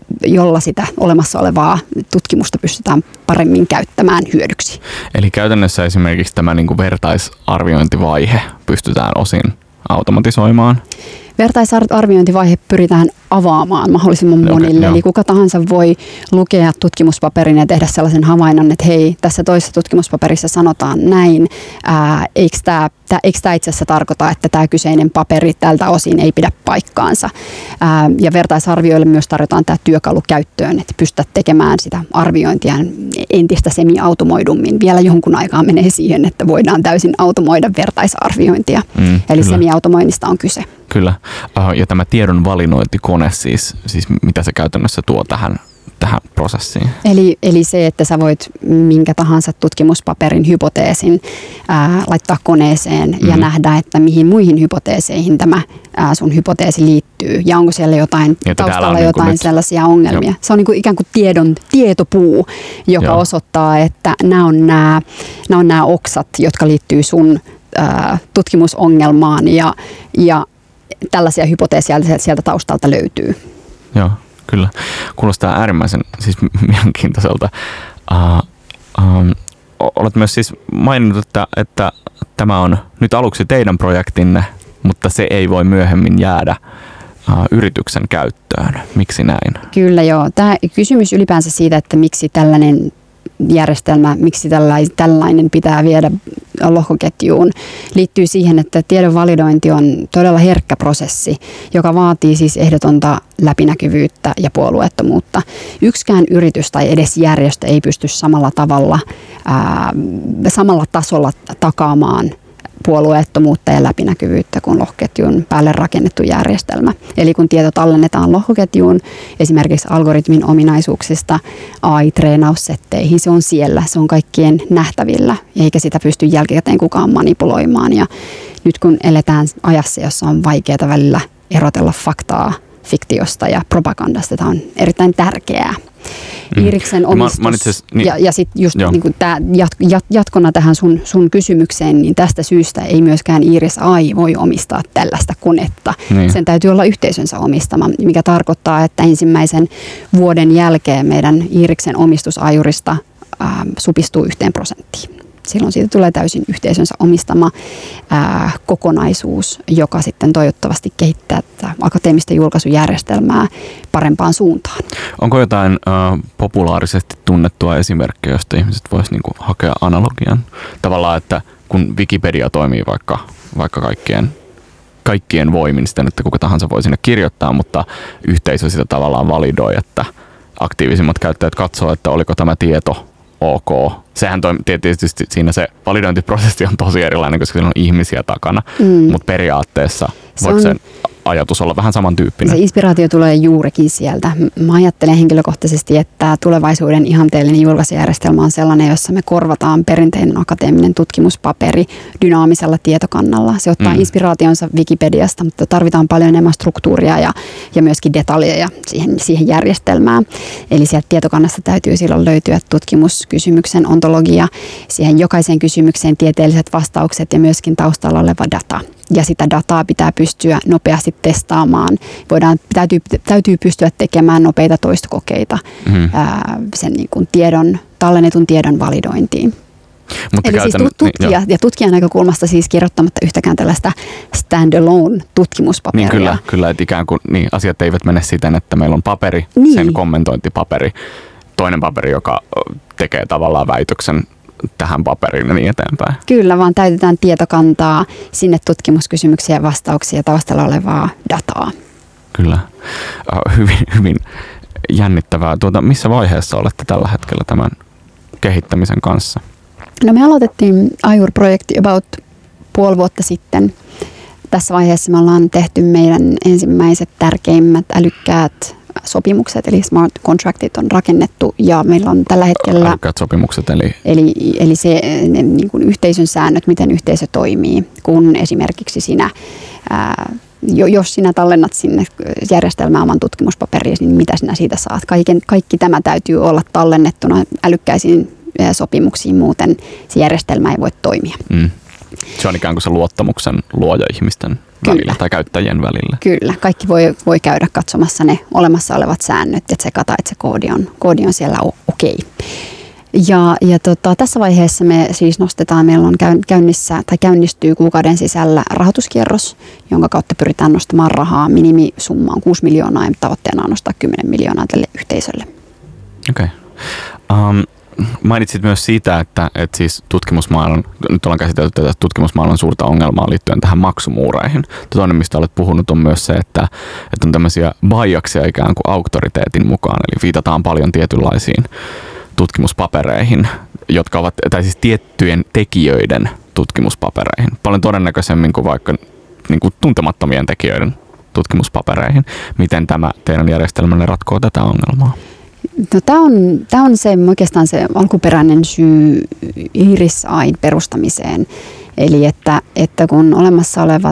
jolla sitä olemassa olevaa tutkimusta pystytään paremmin käyttämään hyödyksi. Eli käytännössä esimerkiksi tämä niin kuin vertaisarviointivaihe pystytään osin automatisoimaan? Vertaisarviointivaihe pyritään avaamaan mahdollisimman monille. Okay, eli kuka tahansa voi lukea tutkimuspaperin ja tehdä sellaisen havainnon, että hei, tässä toisessa tutkimuspaperissa sanotaan näin. Ää, eikö tämä eikö tämä itse asiassa tarkoita, että tämä kyseinen paperi tältä osin ei pidä paikkaansa. Ää, ja vertaisarvioille myös tarjotaan tämä työkalu käyttöön, että pystytään tekemään sitä arviointia entistä semi-automoidummin. Vielä jonkun aikaa menee siihen, että voidaan täysin automoida vertaisarviointia. Mm, eli kyllä. Semi-automoinnista on kyse. Kyllä. Ja tämä tiedon valinointikone siis, siis mitä se käytännössä tuo tähän, tähän prosessiin? Eli, eli se, että sä voit minkä tahansa tutkimuspaperin hypoteesin ää, laittaa koneeseen mm-hmm. ja nähdä, että mihin muihin hypoteeseihin tämä ää, sun hypoteesi liittyy. Ja onko siellä jotain, ja taustalla jotain niin sellaisia ongelmia. Jo. Se on niin kuin ikään kuin tiedon tietopuu, joka Joo. osoittaa, että nämä on nämä, nämä on nämä oksat, jotka liittyy sun ää, tutkimusongelmaan ja, ja tällaisia hypoteesia sieltä taustalta löytyy. Joo, kyllä. Kuulostaa äärimmäisen siis mielenkiintoiselta. Uh, um, olet myös siis maininnut, että, että tämä on nyt aluksi teidän projektinne, mutta se ei voi myöhemmin jäädä uh, yrityksen käyttöön. Miksi näin? Kyllä joo. Tämä kysymys ylipäänsä siitä, että miksi tällainen järjestelmä, miksi tällainen pitää viedä lohkoketjuun, liittyy siihen, että tiedon validointi on todella herkkä prosessi, joka vaatii siis ehdotonta läpinäkyvyyttä ja puolueettomuutta. Yksikään yritys tai edes järjestö ei pysty samalla tavalla, ää, samalla tasolla takaamaan puolueettomuutta ja läpinäkyvyyttä kuin lohkoketjun päälle rakennettu järjestelmä. Eli kun tieto tallennetaan lohkoketjuun, esimerkiksi algoritmin ominaisuuksista A I-treenaussetteihin, se on siellä, se on kaikkien nähtävillä, eikä sitä pysty jälkikäteen kukaan manipuloimaan. Ja nyt kun eletään ajassa, jossa on vaikeaa välillä erotella faktaa fiktiosta ja propagandasta, tämä on erittäin tärkeää. Iiriksen omistus mä, mä itse, niin, ja, ja sitten just niin kuin tää jat, jat, jatkona tähän sun, sun kysymykseen, niin tästä syystä ei myöskään Iiris A I voi omistaa tällaista konetta. Niin. Sen täytyy olla yhteisönsä omistama, mikä tarkoittaa, että ensimmäisen vuoden jälkeen meidän Iiriksen omistusajurista ää, supistuu yhteen prosenttiin. Silloin siitä tulee täysin yhteisönsä omistama ää, kokonaisuus, joka sitten toivottavasti kehittää tätä akateemista julkaisujärjestelmää parempaan suuntaan. Onko jotain äh, populaarisesti tunnettua esimerkkiä, josta ihmiset voisivat niinku hakea analogian? Tavallaan, että kun Wikipedia toimii vaikka, vaikka kaikkien, kaikkien voimin siten, että kuka tahansa voi sinne kirjoittaa, mutta yhteisö sitä tavallaan validoi, että aktiivisimmat käyttäjät katsoo, että oliko tämä tieto ok. Sehän toimii, tietysti siinä se validointiprosessi on tosi erilainen, koska siinä on ihmisiä takana, mm. mutta periaatteessa voiko sen ajatus olla vähän samantyyppinen? Se inspiraatio tulee juurikin sieltä. Mä ajattelen henkilökohtaisesti, että tulevaisuuden ihanteellinen julkaisujärjestelmä on sellainen, jossa me korvataan perinteinen akateeminen tutkimuspaperi dynaamisella tietokannalla. Se ottaa mm. inspiraationsa Wikipediasta, mutta tarvitaan paljon enemmän struktuuria ja, ja myöskin detaljeja siihen, siihen järjestelmään. Eli sieltä tietokannasta täytyy silloin löytyä tutkimuskysymyksen ontologia, siihen jokaiseen kysymykseen tieteelliset vastaukset ja myöskin taustalla oleva data. Ja sitä dataa pitää pystyä nopeasti testaamaan. Voidaan, täytyy, täytyy pystyä tekemään nopeita toistokokeita mm-hmm. ää, sen niin kuin tiedon, tallennetun tiedon validointiin. Mutta Eli siis tutkija, niin, ja tutkijan näkökulmasta siis kirjoittamatta yhtäkään tällaista standalone tutkimuspaperia. Niin kyllä, kyllä että ikään kuin niin, asiat eivät mene siten, että meillä on paperi, niin. sen kommentointipaperi, toinen paperi, joka tekee tavallaan väitöksen tähän paperiin ja niin eteenpäin. Kyllä, vaan täytetään tietokantaa sinne tutkimuskysymyksiä ja vastauksia taustalla olevaa dataa. Kyllä. Hyvin, hyvin jännittävää. Tuota, missä vaiheessa olette tällä hetkellä tämän kehittämisen kanssa? No me aloitettiin Ajur-projekti about puoli vuotta sitten. Tässä vaiheessa me ollaan tehty meidän ensimmäiset tärkeimmät älykkäät sopimukset, eli smart contractit on rakennettu ja meillä on tällä hetkellä älykkäät sopimukset, eli eli, eli se ne, niin kuin yhteisön säännöt, miten yhteisö toimii, kun esimerkiksi sinä ää, jos sinä tallennat sinne järjestelmään oman tutkimuspaperiin, niin mitä sinä siitä saat? Kaiken, kaikki tämä täytyy olla tallennettuna älykkäisiin sopimuksiin, muuten se järjestelmä ei voi toimia. Mm. Se on ikään kuin se luottamuksen luoja ihmisten Kyllä. välillä tai käyttäjien välillä. Kyllä, kaikki voi, voi käydä katsomassa ne olemassa olevat säännöt ja tsekata, että se koodi on, koodi on siellä okei. Okay. Ja, ja tota, tässä vaiheessa me siis nostetaan, meillä on käynnissä tai käynnistyy kuukauden sisällä rahoituskierros, jonka kautta pyritään nostamaan rahaa. Minimisumma on kuusi miljoonaa ja tavoitteena on nostaa kymmenen miljoonaa tälle yhteisölle. Okei. Okay. Um, mainitsit myös siitä, että, että siis tutkimusmaailman, nyt ollaan käsitelty tätä tutkimusmaailman suurta ongelmaa liittyen tähän maksumuureihin. Toinen, mistä olet puhunut, on myös se, että, että on tämmöisiä biaksia ikään kuin auktoriteetin mukaan, eli viitataan paljon tietynlaisiin tutkimuspapereihin, jotka ovat, tai siis tiettyjen tekijöiden tutkimuspapereihin. Paljon todennäköisemmin kuin vaikka niin kuin tuntemattomien tekijöiden tutkimuspapereihin. Miten tämä teidän järjestelmänne ratkoo tätä ongelmaa? No, tämä on, tämä on se, oikeastaan se alkuperäinen syy IRIS-A I perustamiseen. Eli että, että kun olemassa olevat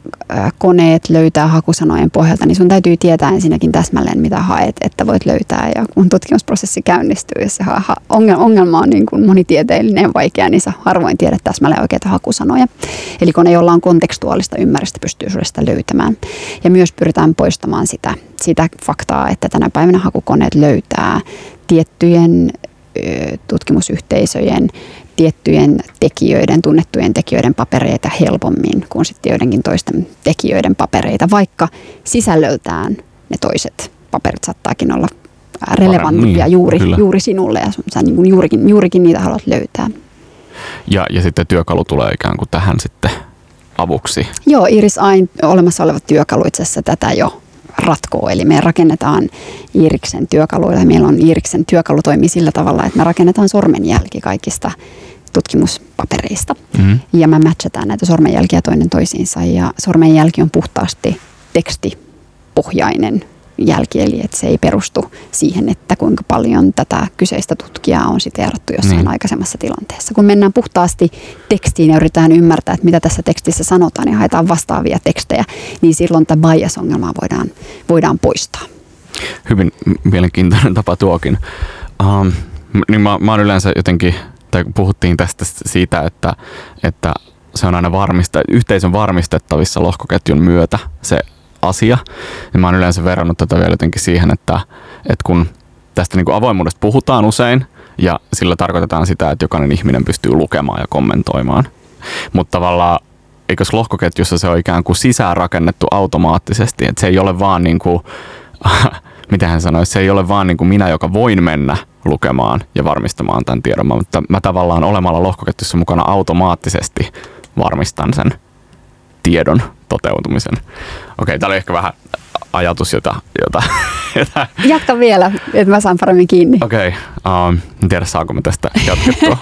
koneet löytää hakusanojen pohjalta, niin sun täytyy tietää ensinnäkin täsmälleen, mitä haet, että voit löytää. Ja kun tutkimusprosessi käynnistyy, jos se ongelma on niin kuin monitieteellinen ja vaikea, niin sä harvoin tiedät täsmälleen oikeita hakusanoja. Eli kone, jolla on kontekstuaalista ymmärrystä, pystyy sulle sitä löytämään. Ja myös pyritään poistamaan sitä, sitä faktaa, että tänä päivänä hakukoneet löytää tiettyjen ö, tutkimusyhteisöjen tiettyjen tekijöiden, tunnettujen tekijöiden papereita helpommin kuin sitten joidenkin toisten tekijöiden papereita, vaikka sisällöltään ne toiset paperit saattaakin olla relevanttia niin, juuri, juuri sinulle ja sä niin kuin juurikin, juurikin niitä haluat löytää. Ja, ja sitten työkalu tulee ikään kuin tähän sitten avuksi. Joo, IRIS-A I olemassa olevat työkalu itse asiassa tätä jo ratkoo. Eli me rakennetaan IRIKsen työkaluilla. Meillä on IRIKsen työkalu toimii sillä tavalla, että me rakennetaan sormenjälki kaikista tutkimuspapereista. Mm-hmm. Ja me matchataan näitä sormenjälkiä toinen toisiinsa. Ja sormenjälki on puhtaasti tekstipohjainen jälki, eli että se ei perustu siihen, että kuinka paljon tätä kyseistä tutkijaa on siteerattu jossain niin. aikaisemmassa tilanteessa. Kun mennään puhtaasti tekstiin ja yritetään ymmärtää, että mitä tässä tekstissä sanotaan ja haetaan vastaavia tekstejä, niin silloin tämä bias-ongelmaa voidaan, voidaan poistaa. Hyvin mielenkiintoinen tapa tuokin. Um, niin mä, mä oon yleensä jotenkin, tai puhuttiin tästä siitä, että, että se on aina varmista, yhteisön varmistettavissa lohkoketjun myötä se asia. Ja mä oon yleensä verrannut tätä vielä jotenkin siihen, että, että kun tästä niin kuin avoimuudesta puhutaan usein, ja sillä tarkoitetaan sitä, että jokainen ihminen pystyy lukemaan ja kommentoimaan. Mutta tavallaan, eikös lohkoketjussa se on ikään kuin sisään rakennettu automaattisesti, että se ei ole vaan niin kuin, miten hän sanoisi, se ei ole vaan niin kuin minä, joka voin mennä lukemaan ja varmistamaan tämän tiedon, mutta mä tavallaan olemalla lohkoketjussa mukana automaattisesti varmistan sen tiedon toteutumisen. Okei, tää oli ehkä vähän ajatus, jota... jota, jota. Jatka vielä, että mä saan paremmin kiinni. Okei, um, en tiedä saako mä tästä jatkettua.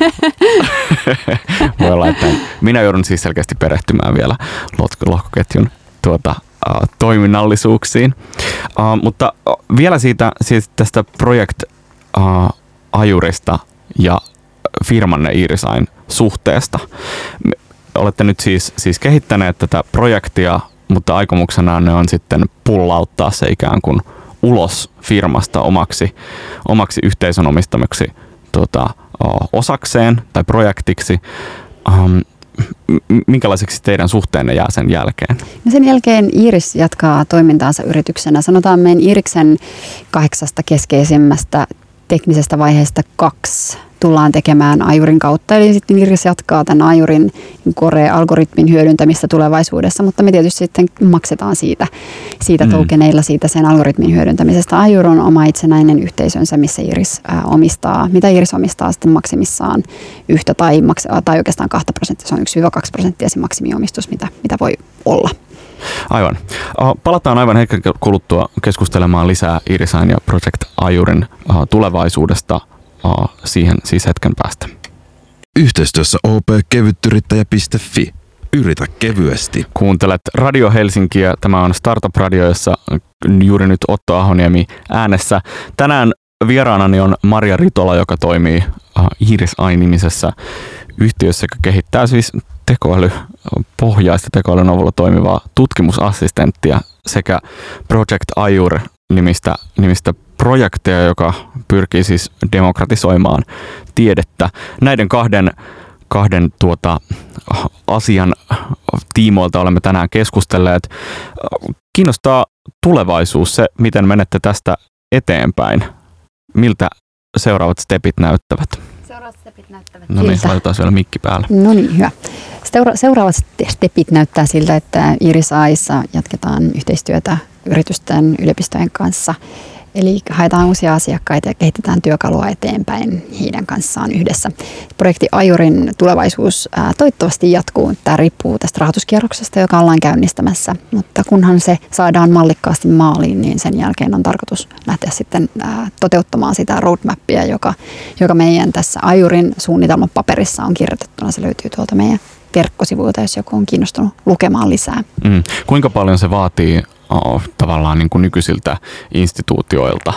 Voi olla, että minä joudun siis selkeästi perehtymään vielä lohkoketjun tuota, uh, toiminnallisuuksiin. Uh, mutta vielä siitä, siis tästä projekt-ajurista uh, ja firmanne IRIS-A I:n suhteesta. Olette nyt siis, siis kehittäneet tätä projektia, mutta aikomuksena ne on sitten pullauttaa se ikään kuin ulos firmasta omaksi, omaksi yhteisön omistamaksi tota, osakseen tai projektiksi. Um, minkälaiseksi teidän suhteenne jää sen jälkeen? No sen jälkeen IRIS jatkaa toimintaansa yrityksenä. Sanotaan meidän IRIKsen kahdeksasta keskeisimmästä teknisestä vaiheesta kaksi tullaan tekemään ajurin kautta. Eli sitten IRIS jatkaa tämän ajurin Core-algoritmin hyödyntämistä tulevaisuudessa, mutta me tietysti sitten maksetaan siitä, siitä mm. tokeneilla siitä sen algoritmin hyödyntämisestä. Ajur on oma itsenäinen yhteisönsä, missä IRIS äh, omistaa, mitä IRIS omistaa sitten maksimissaan yhtä tai, maks- tai oikeastaan kahta prosenttia. Se on yksi kaksi prosenttia se maksimiomistus, mitä, mitä voi olla. Aivan. Palataan aivan hetken kuluttua keskustelemaan lisää IRIS-A I:n ja Project Ajurin tulevaisuudesta siihen siis hetken päästä. Yhteistyössä O P kevytyrittäjä piste fi. Yritä kevyesti. Kuuntelet Radio Helsinkiä. Tämä on Startup Radio, jossa juuri nyt Otto Ahoniemi äänessä. Tänään vieraanani on Maria Ritola, joka toimii IRIS-A I-nimisessä yhtiössä, joka kehittää siis tekoälypohjaista tekoälyn avulla toimivaa tutkimusassistenttia sekä Project Ajur nimistä, nimistä projekteja, joka pyrkii siis demokratisoimaan tiedettä. Näiden kahden, kahden tuota, asian tiimoilta olemme tänään keskustelleet. Kiinnostaa tulevaisuus, se miten menette tästä eteenpäin. Miltä seuraavat stepit näyttävät? Seuraavat stepit näyttävät No niin, laitetaan vielä mikki päälle. No niin, hyvä. Seura- seuraavat stepit näyttää siltä, että Iiris Aissa jatketaan yhteistyötä yritysten, yliopistojen kanssa. Eli haetaan uusia asiakkaita ja kehitetään työkalua eteenpäin heidän kanssaan yhdessä. Projekti Ajurin tulevaisuus ää, toivottavasti jatkuu. Tämä riippuu tästä rahoituskierroksesta, joka ollaan käynnistämässä. Mutta kunhan se saadaan mallikkaasti maaliin, niin sen jälkeen on tarkoitus lähteä sitten ää, toteuttamaan sitä roadmappia, joka, joka meidän tässä Ajurin suunnitelmapaperissa on kirjoitettuna. Se löytyy tuolta meidän verkkosivuilta, jos joku on kiinnostunut lukemaan lisää. Mm. Kuinka paljon se vaatii oh, tavallaan niin kuin nykyisiltä instituutioilta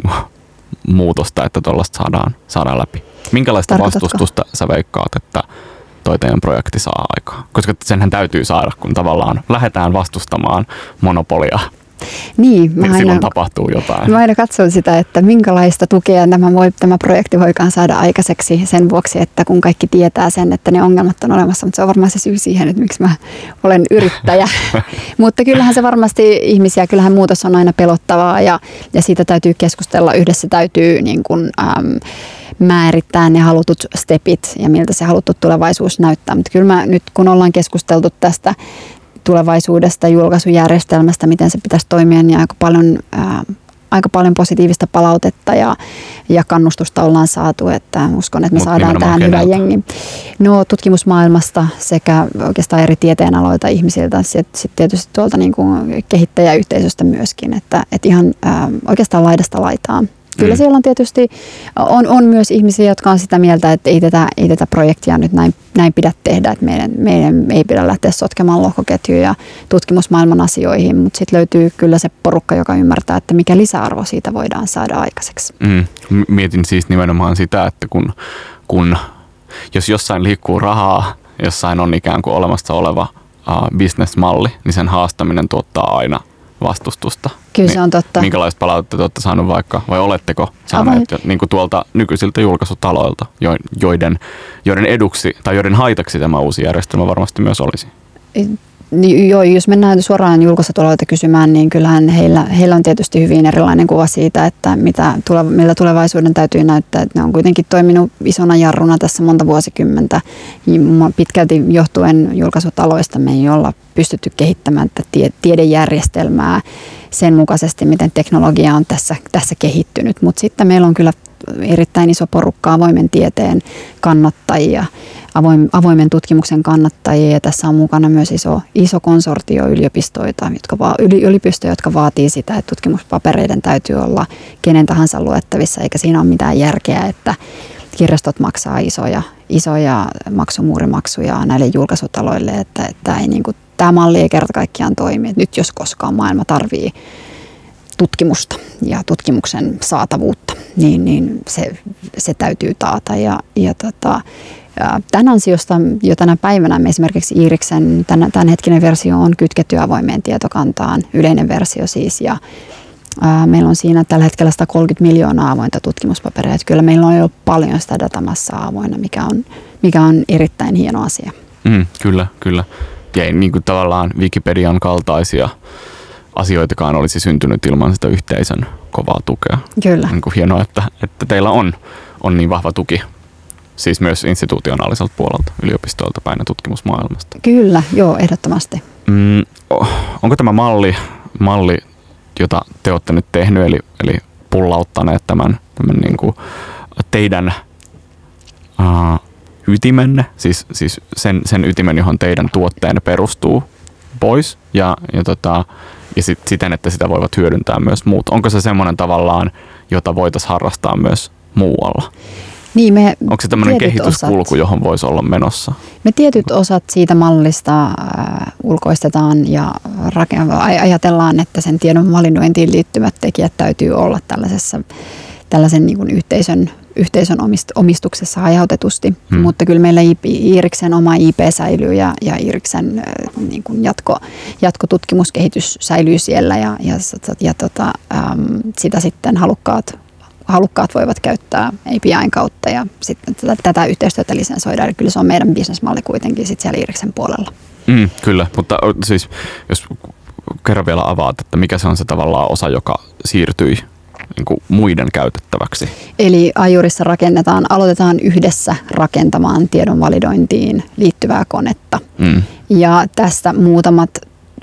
muutosta, että tuollaista saadaan, saadaan läpi? Minkälaista vastustusta sä veikkaat, että toi teidän projekti saa aikaan? Koska senhän täytyy saada, kun tavallaan lähdetään vastustamaan monopolia. Niin, niin silloin aina, tapahtuu jotain. Mä aina katson sitä, että minkälaista tukea tämä, voi, tämä projekti voikaan saada aikaiseksi sen vuoksi, että kun kaikki tietää sen, että ne ongelmat on olemassa, mutta se on varmaan se syy siihen, että miksi mä olen yrittäjä. Mutta kyllähän se varmasti ihmisiä, kyllähän muutos on aina pelottavaa ja, ja siitä täytyy keskustella. Yhdessä täytyy niin kuin, äm, määrittää ne halutut stepit ja miltä se haluttu tulevaisuus näyttää. Mutta kyllä mä nyt kun ollaan keskusteltu tästä tulevaisuudesta, julkaisujärjestelmästä, miten se pitäisi toimia, niin aika paljon, ää, aika paljon positiivista palautetta ja, ja kannustusta ollaan saatu, että uskon, että me Mut saadaan tähän hyvä jengi. No tutkimusmaailmasta sekä oikeastaan eri tieteenaloilta ihmisiltä, sitten sit tietysti tuolta niin kuin kehittäjäyhteisöstä myöskin, että, että ihan ää, oikeastaan laidasta laitaan. Kyllä siellä on tietysti, on, on myös ihmisiä, jotka on sitä mieltä, että ei tätä, ei tätä projektia nyt näin, näin pidä tehdä, että meidän, meidän ei pidä lähteä sotkemaan lohkoketjuja tutkimusmaailman asioihin, mutta sitten löytyy kyllä se porukka, joka ymmärtää, että mikä lisäarvo siitä voidaan saada aikaiseksi. Mm. Mietin siis nimenomaan sitä, että kun, kun jos jossain liikkuu rahaa, jossain on ikään kuin olemassa oleva uh, business-malli, niin sen haastaminen tuottaa aina vastustusta. Kyllä niin se on totta. Minkälaista palautetta te olette saaneet vaikka, vai oletteko saaneet niin kuin tuolta nykyisiltä julkaisutaloilta, joiden, joiden eduksi tai joiden haitaksi tämä uusi järjestelmä varmasti myös olisi? Niin, joo, jos mennään suoraan julkaisutaloilta kysymään, niin kyllähän heillä, heillä on tietysti hyvin erilainen kuva siitä, että mitä tule, miltä tulevaisuuden täytyy näyttää. Että ne on kuitenkin toiminut isona jarruna tässä monta vuosikymmentä. Pitkälti johtuen julkaisutaloista me ei olla pystytty kehittämään tie, tiedejärjestelmää sen mukaisesti, miten teknologia on tässä, tässä kehittynyt. Mutta sitten meillä on kyllä erittäin iso porukka avoimen tieteen kannattajia, avoimen tutkimuksen kannattajia, ja tässä on mukana myös iso, iso konsortio yliopistoita, jotka, va, yliopistoja, jotka vaatii sitä, että tutkimuspapereiden täytyy olla kenen tahansa luettavissa, eikä siinä ole mitään järkeä, että kirjastot maksaa isoja, isoja maksumuurimaksuja näille julkaisutaloille, että, että ei, niin kuin, tämä malli ei kerta kaikkiaan toimi. Että nyt jos koskaan maailma tarvii tutkimusta ja tutkimuksen saatavuutta, niin, niin se, se täytyy taata. Ja, ja tota, tämän ansiosta jo tänä päivänä me esimerkiksi Iiriksen tämän, tämänhetkinen versio on kytketty avoimeen tietokantaan, yleinen versio siis, ja ää, meillä on siinä tällä hetkellä sata kolmekymmentä miljoonaa avointa tutkimuspaperia. Että kyllä meillä on jo paljon sitä datamassaa avoinna, mikä on, mikä on erittäin hieno asia. Mm, kyllä, kyllä. Ja ei niin kuin tavallaan Wikipedian kaltaisia asioitakaan olisi syntynyt ilman sitä yhteisön kovaa tukea. Kyllä. Niin kuin hienoa, että, että teillä on, on niin vahva tuki, siis myös institutionaaliselta puolelta, yliopistoilta päin ja tutkimusmaailmasta. Kyllä, joo, ehdottomasti. Mm, onko tämä malli, malli, jota te olette nyt tehnyt, eli, eli pullauttaneet tämän, tämän niin kuin teidän uh, ytimenne, siis, siis sen, sen ytimen, johon teidän tuotteenne perustuu, pois ja, ja, tota, ja sit, siten, että sitä voivat hyödyntää myös muut. Onko se semmoinen tavallaan, jota voitaisiin harrastaa myös muualla? Niin, me onko se tämmöinen kehityskulku, osat, johon voisi olla menossa? Me tietyt osat siitä mallista äh, ulkoistetaan ja rak- ajatellaan, että sen tiedon validointiin liittyvät tekijät täytyy olla tällaisessa, tällaisen niin kuin yhteisön, yhteisön omistuksessa hajautetusti. Hmm. Mutta kyllä meillä Iiriksen oma I P säilyy ja, ja Iiriksen äh, niin kuin jatko, jatkotutkimuskehitys säilyy siellä ja, ja, ja tota, ähm, sitä sitten halukkaat halukkaat voivat käyttää A P I:n kautta ja sitten tätä, tätä yhteistyötä lisensoidaan. Eli kyllä se on meidän bisnesmalli kuitenkin sit siellä Iiriksen puolella. Mm, kyllä, mutta siis jos kerran vielä avaat, että mikä se on se tavallaan osa, joka siirtyi niin kuin muiden käytettäväksi. Eli Ajurissa rakennetaan, aloitetaan yhdessä rakentamaan tiedon validointiin liittyvää konetta. Mm. Ja tästä muutamat,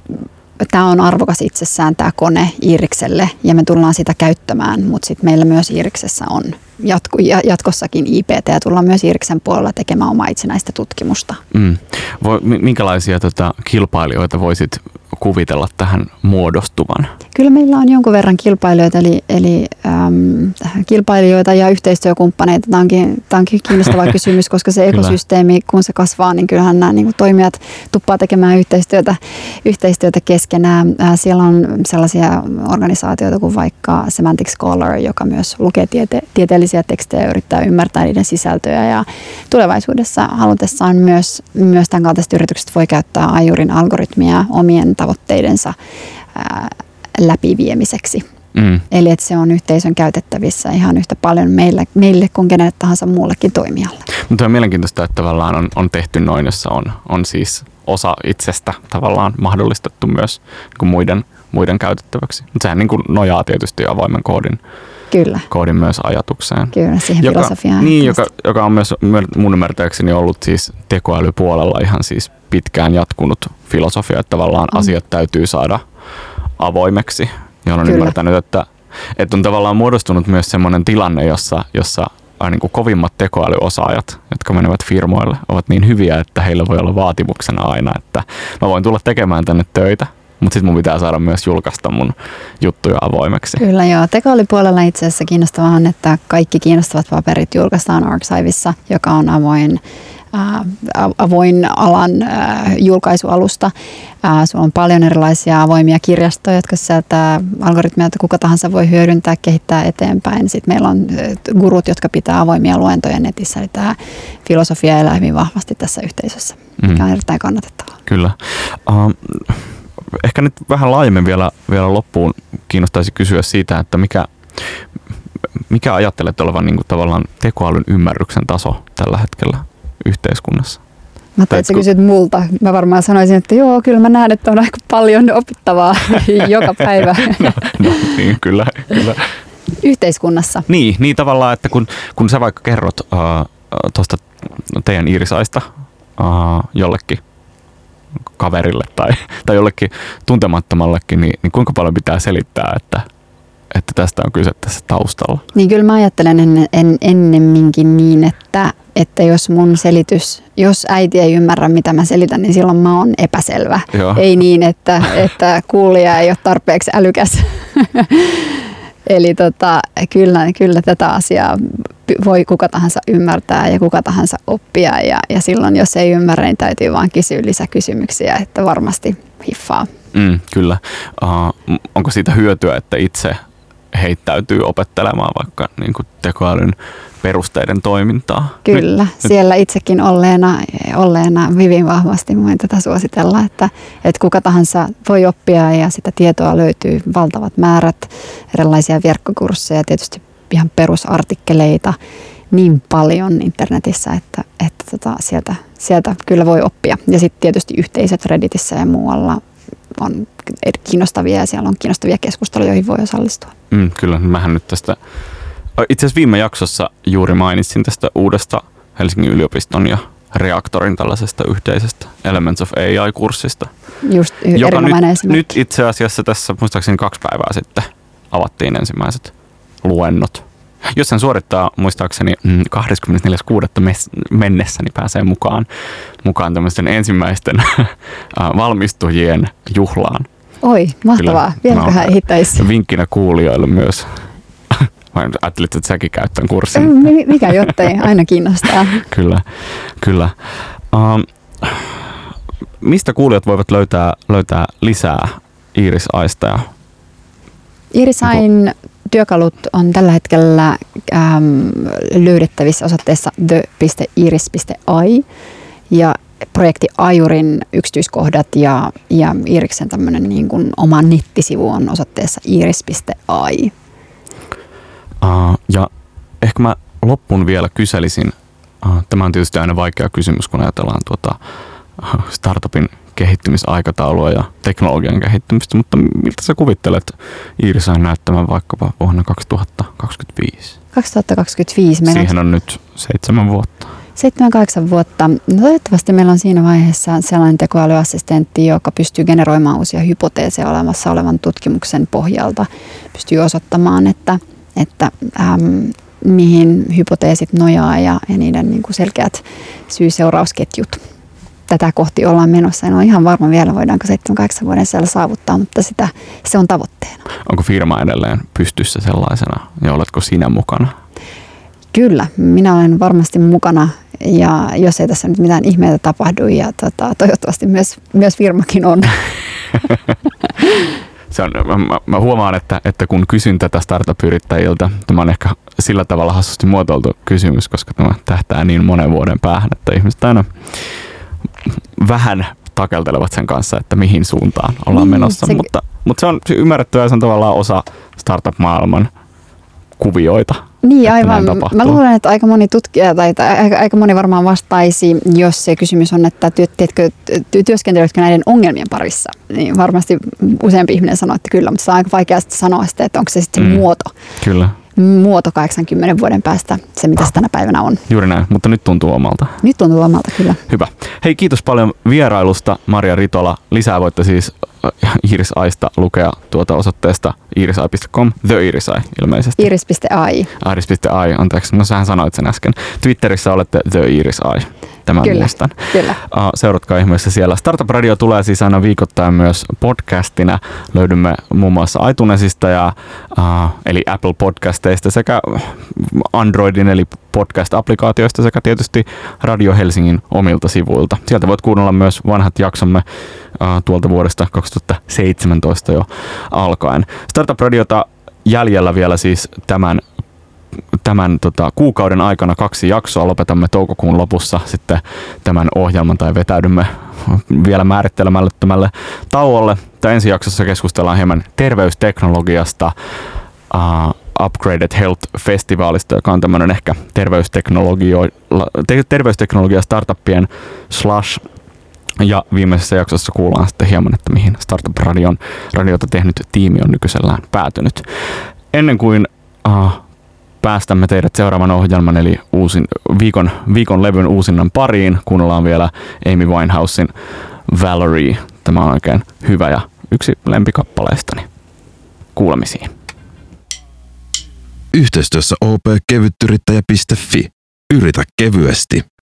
tämä on arvokas itsessään tämä kone Iirikselle ja me tullaan sitä käyttämään, mutta sitten meillä myös Iiriksessä on jatku, jatkossakin I P T ja tullaan myös Iiriksen puolella tekemään omaa itsenäistä tutkimusta. Mm. Minkälaisia tota, kilpailijoita voisit kuvitella tähän muodostuvan? Kyllä meillä on jonkun verran kilpailijoita, eli, eli äm, kilpailijoita ja yhteistyökumppaneita. Tämä onkin, tämä onkin kiinnostava kysymys, koska se ekosysteemi, kun se kasvaa, niin kyllähän nämä niin kuin toimijat tuppaa tekemään yhteistyötä, yhteistyötä keskenään. Äh, siellä on sellaisia organisaatioita kuin vaikka Semantic Scholar, joka myös lukee tiete- tieteellisiä tekstejä ja yrittää ymmärtää niiden sisältöjä. Ja tulevaisuudessa halutessaan myös, myös tämän kaltaiset yritykset voi käyttää Ajurin algoritmia omien tavoitteidensa ää, läpiviemiseksi. Mm. Eli että se on yhteisön käytettävissä ihan yhtä paljon meille, meille kuin kenelle tahansa muullekin toimijalle. Mutta on mielenkiintoista, että tavallaan on, on tehty noin, jossa on, on siis osa itsestä tavallaan mahdollistettu myös niin kuin muiden, muiden käytettäväksi. Mutta sehän niin kuin nojaa tietysti avoimen koodin, Kyllä. koodin myös ajatukseen. Kyllä, siihen joka, filosofiaan. Niin, joka, joka on myös mun ymmärtääkseni ollut siis tekoälypuolella ihan siis pitkään jatkunut filosofia, että tavallaan on. Asiat täytyy saada avoimeksi. Ja olen Kyllä. ymmärtänyt, että, että on tavallaan muodostunut myös semmoinen tilanne, jossa, jossa niin kuin kovimmat tekoälyosaajat, jotka menevät firmoille, ovat niin hyviä, että heillä voi olla vaatimuksena aina, että mä voin tulla tekemään tänne töitä, mutta sitten mun pitää saada myös julkaista mun juttuja avoimeksi. Kyllä joo. Tekoälypuolella itse asiassa kiinnostavaa on, että kaikki kiinnostavat paperit julkaistaan Archivessa, joka on avoin, äh, avoin alan äh, julkaisualusta. Äh, sulla on paljon erilaisia avoimia kirjastoja, jotka sisältää algoritmeja, että kuka tahansa voi hyödyntää, kehittää eteenpäin. Sitten meillä on äh, gurut, jotka pitää avoimia luentoja netissä. Eli tämä filosofia elää hyvin vahvasti tässä yhteisössä, mikä on mm. erittäin kannatettavaa. Kyllä. Um, Ehkä nyt vähän laajemmin vielä, vielä loppuun kiinnostaisi kysyä siitä, että mikä, mikä ajattelet olevan niin kuin tavallaan tekoälyn ymmärryksen taso tällä hetkellä yhteiskunnassa? Mä ajattelin, että sä kysyt multa. Mä varmaan sanoisin, että joo, kyllä mä näen, että on aika paljon opittavaa joka päivä. No, no niin, kyllä, kyllä. Yhteiskunnassa. Niin, niin tavallaan, että kun, kun sä vaikka kerrot uh, tuosta teidän Iirisaista uh, jollekin kaverille tai, tai jollekin tuntemattomallekin, niin, niin kuinka paljon pitää selittää, että, että tästä on kyse tässä taustalla? Niin kyllä mä ajattelen en, en, ennemminkin niin, että, että jos mun selitys, jos äiti ei ymmärrä mitä mä selitän, niin silloin mä oon epäselvä. Joo. Ei niin, että, että kuulija ei ole tarpeeksi älykäs. Eli tota, kyllä, kyllä tätä asiaa voi kuka tahansa ymmärtää ja kuka tahansa oppia ja, ja silloin jos ei ymmärrä, niin täytyy vaan kysyä lisäkysymyksiä, että varmasti hiffaa. Mm, kyllä. Uh, onko siitä hyötyä, että itse heittäytyy opettelemaan vaikka niin kuin tekoälyn perusteiden toimintaa? Kyllä, nyt, siellä nyt. itsekin olleena, olleena hyvin vahvasti voin tätä suositella, että, että kuka tahansa voi oppia ja sitä tietoa löytyy valtavat määrät, erilaisia verkkokursseja, tietysti ihan perusartikkeleita niin paljon internetissä, että, että tota, sieltä, sieltä kyllä voi oppia. Ja sitten tietysti yhteisöt Redditissä ja muualla on kiinnostavia ja siellä on kiinnostavia keskusteluja, joihin voi osallistua. Mm, kyllä, mähän nyt tästä, itse asiassa viime jaksossa juuri mainitsin tästä uudesta Helsingin yliopiston ja Reaktorin tällaisesta yhteisestä Elements of A I-kurssista. Just joka nyt, nyt itse asiassa tässä muistaakseni kaksi päivää sitten avattiin ensimmäiset luennot. Jos sen suorittaa muistaakseni kahdeskymmenesneljäs kuudetta mennessä, niin pääsee mukaan, mukaan tämmöisten ensimmäisten valmistujien juhlaan. Oi, mahtavaa. Vieläköhän ehittäisi. Vinkkinä kuulijoille myös. Mä ajattelit, että säkin käyt tämän kurssin. Mikä jottei, aina kiinnostaa. Kyllä, kyllä. Um, mistä kuulijat voivat löytää, löytää lisää Iirisaista? Iirisain työkalut on tällä hetkellä äm, löydettävissä osoitteessa the piste iris piste a i ja projekti Ajurin yksityiskohdat ja, ja Iiriksen tämmöinen niin kuin oma nettisivu on osoitteessa iris piste a i. Uh, ja ehkä mä loppuun vielä kyselisin, uh, tämä on tietysti aina vaikea kysymys, kun ajatellaan tuota, uh, startupin kehittymisaikataulua ja teknologian kehittymistä, mutta miltä sä kuvittelet Iirisain näyttämään vaikkapa vuonna kaksituhattakaksikymmentäviisi? kaksituhattakaksikymmentäviisi. Meillä Siihen on nyt seitsemän vuotta. Seitsemän, kahdeksan vuotta. No, toivottavasti meillä on siinä vaiheessa sellainen tekoälyassistentti, joka pystyy generoimaan uusia hypoteeseja olemassa olevan tutkimuksen pohjalta. Pystyy osoittamaan, että, että äm, mihin hypoteesit nojaa ja, ja niiden niin kuin selkeät syy-seurausketjut. Tätä kohti ollaan menossa. En ole ihan varma vielä, voidaanko seitsemän kahdeksan vuoden siellä saavuttaa, mutta sitä, se on tavoitteena. Onko firma edelleen pystyssä sellaisena ja oletko sinä mukana? Kyllä, minä olen varmasti mukana ja jos ei tässä nyt mitään ihmeitä tapahdu ja tota, toivottavasti myös, myös firmakin on. Se on, mä, mä huomaan, että, että kun kysyn tätä startup-yrittäjiltä, tämä on ehkä sillä tavalla hassusti muotoiltu kysymys, koska tämä tähtää niin monen vuoden päähän, että ihmiset aina vähän takeltelevat sen kanssa, että mihin suuntaan ollaan niin, menossa, se... mutta, mutta se on ymmärrettyä ja se on tavallaan osa startup-maailman kuvioita. Niin aivan. Mä luulen, että aika moni tutkija tai, tai aika, aika moni varmaan vastaisi, jos se kysymys on, että työ, tiedätkö, työskenteletkö näiden ongelmien parissa. Niin varmasti useampi ihminen sanoo, että kyllä, mutta se on aika vaikea sanoa sitä, että onko se sitten mm. muoto. Kyllä. Muoto kahdeksankymmenen vuoden päästä, se mitä se tänä päivänä on. Juuri näin, mutta nyt tuntuu omalta. Nyt tuntuu omalta, kyllä. Hyvä. Hei, kiitos paljon vierailusta, Maria Ritola. Lisää voitte siis Iirisaista lukea tuota osoitteesta iirisai piste com, The Iirisai ilmeisesti. Iiris piste ai. Iiris piste ai, anteeksi, no sähän sanoit sen äsken. Twitterissä olette The Iirisai, tämän kyllä, muistan. Kyllä. Uh, seuratkaa ihmeessä siellä. Startup Radio tulee siis aina viikoittain myös podcastina. Löydymme muun muassa iTunesista, ja, uh, eli Apple Podcasteista sekä Androidin eli podcast-applikaatioista sekä tietysti Radio Helsingin omilta sivuilta. Sieltä voit kuunnella myös vanhat jaksomme uh, tuolta vuodesta kaksituhattaseitsemäntoista jo alkaen. Startup Radiota jäljellä vielä siis tämän tämän tota, kuukauden aikana kaksi jaksoa. Lopetamme toukokuun lopussa sitten tämän ohjelman tai vetäydymme vielä määrittelemättömälle tauolle. Tämä ensi jaksossa keskustellaan hieman terveysteknologiasta, uh, Upgraded Health-festivaalista, joka on tämmöinen ehkä terveysteknologia, terveysteknologia startuppien slash. Ja viimeisessä jaksossa kuullaan sitten hieman, että mihin Startup Radion radiota tehnyt tiimi on nykyisellään päätynyt. Ennen kuin uh, päästämme teidät seuraavan ohjelman, eli uusin, viikon, viikon levyn uusinnan pariin, kuunnellaan vielä Amy Winehousen Valerie. Tämä on oikein hyvä ja yksi lempikappaleistani. Kuulemisiin. Yhteistyössä o p kevytyrittäjä piste fi. Yritä kevyesti.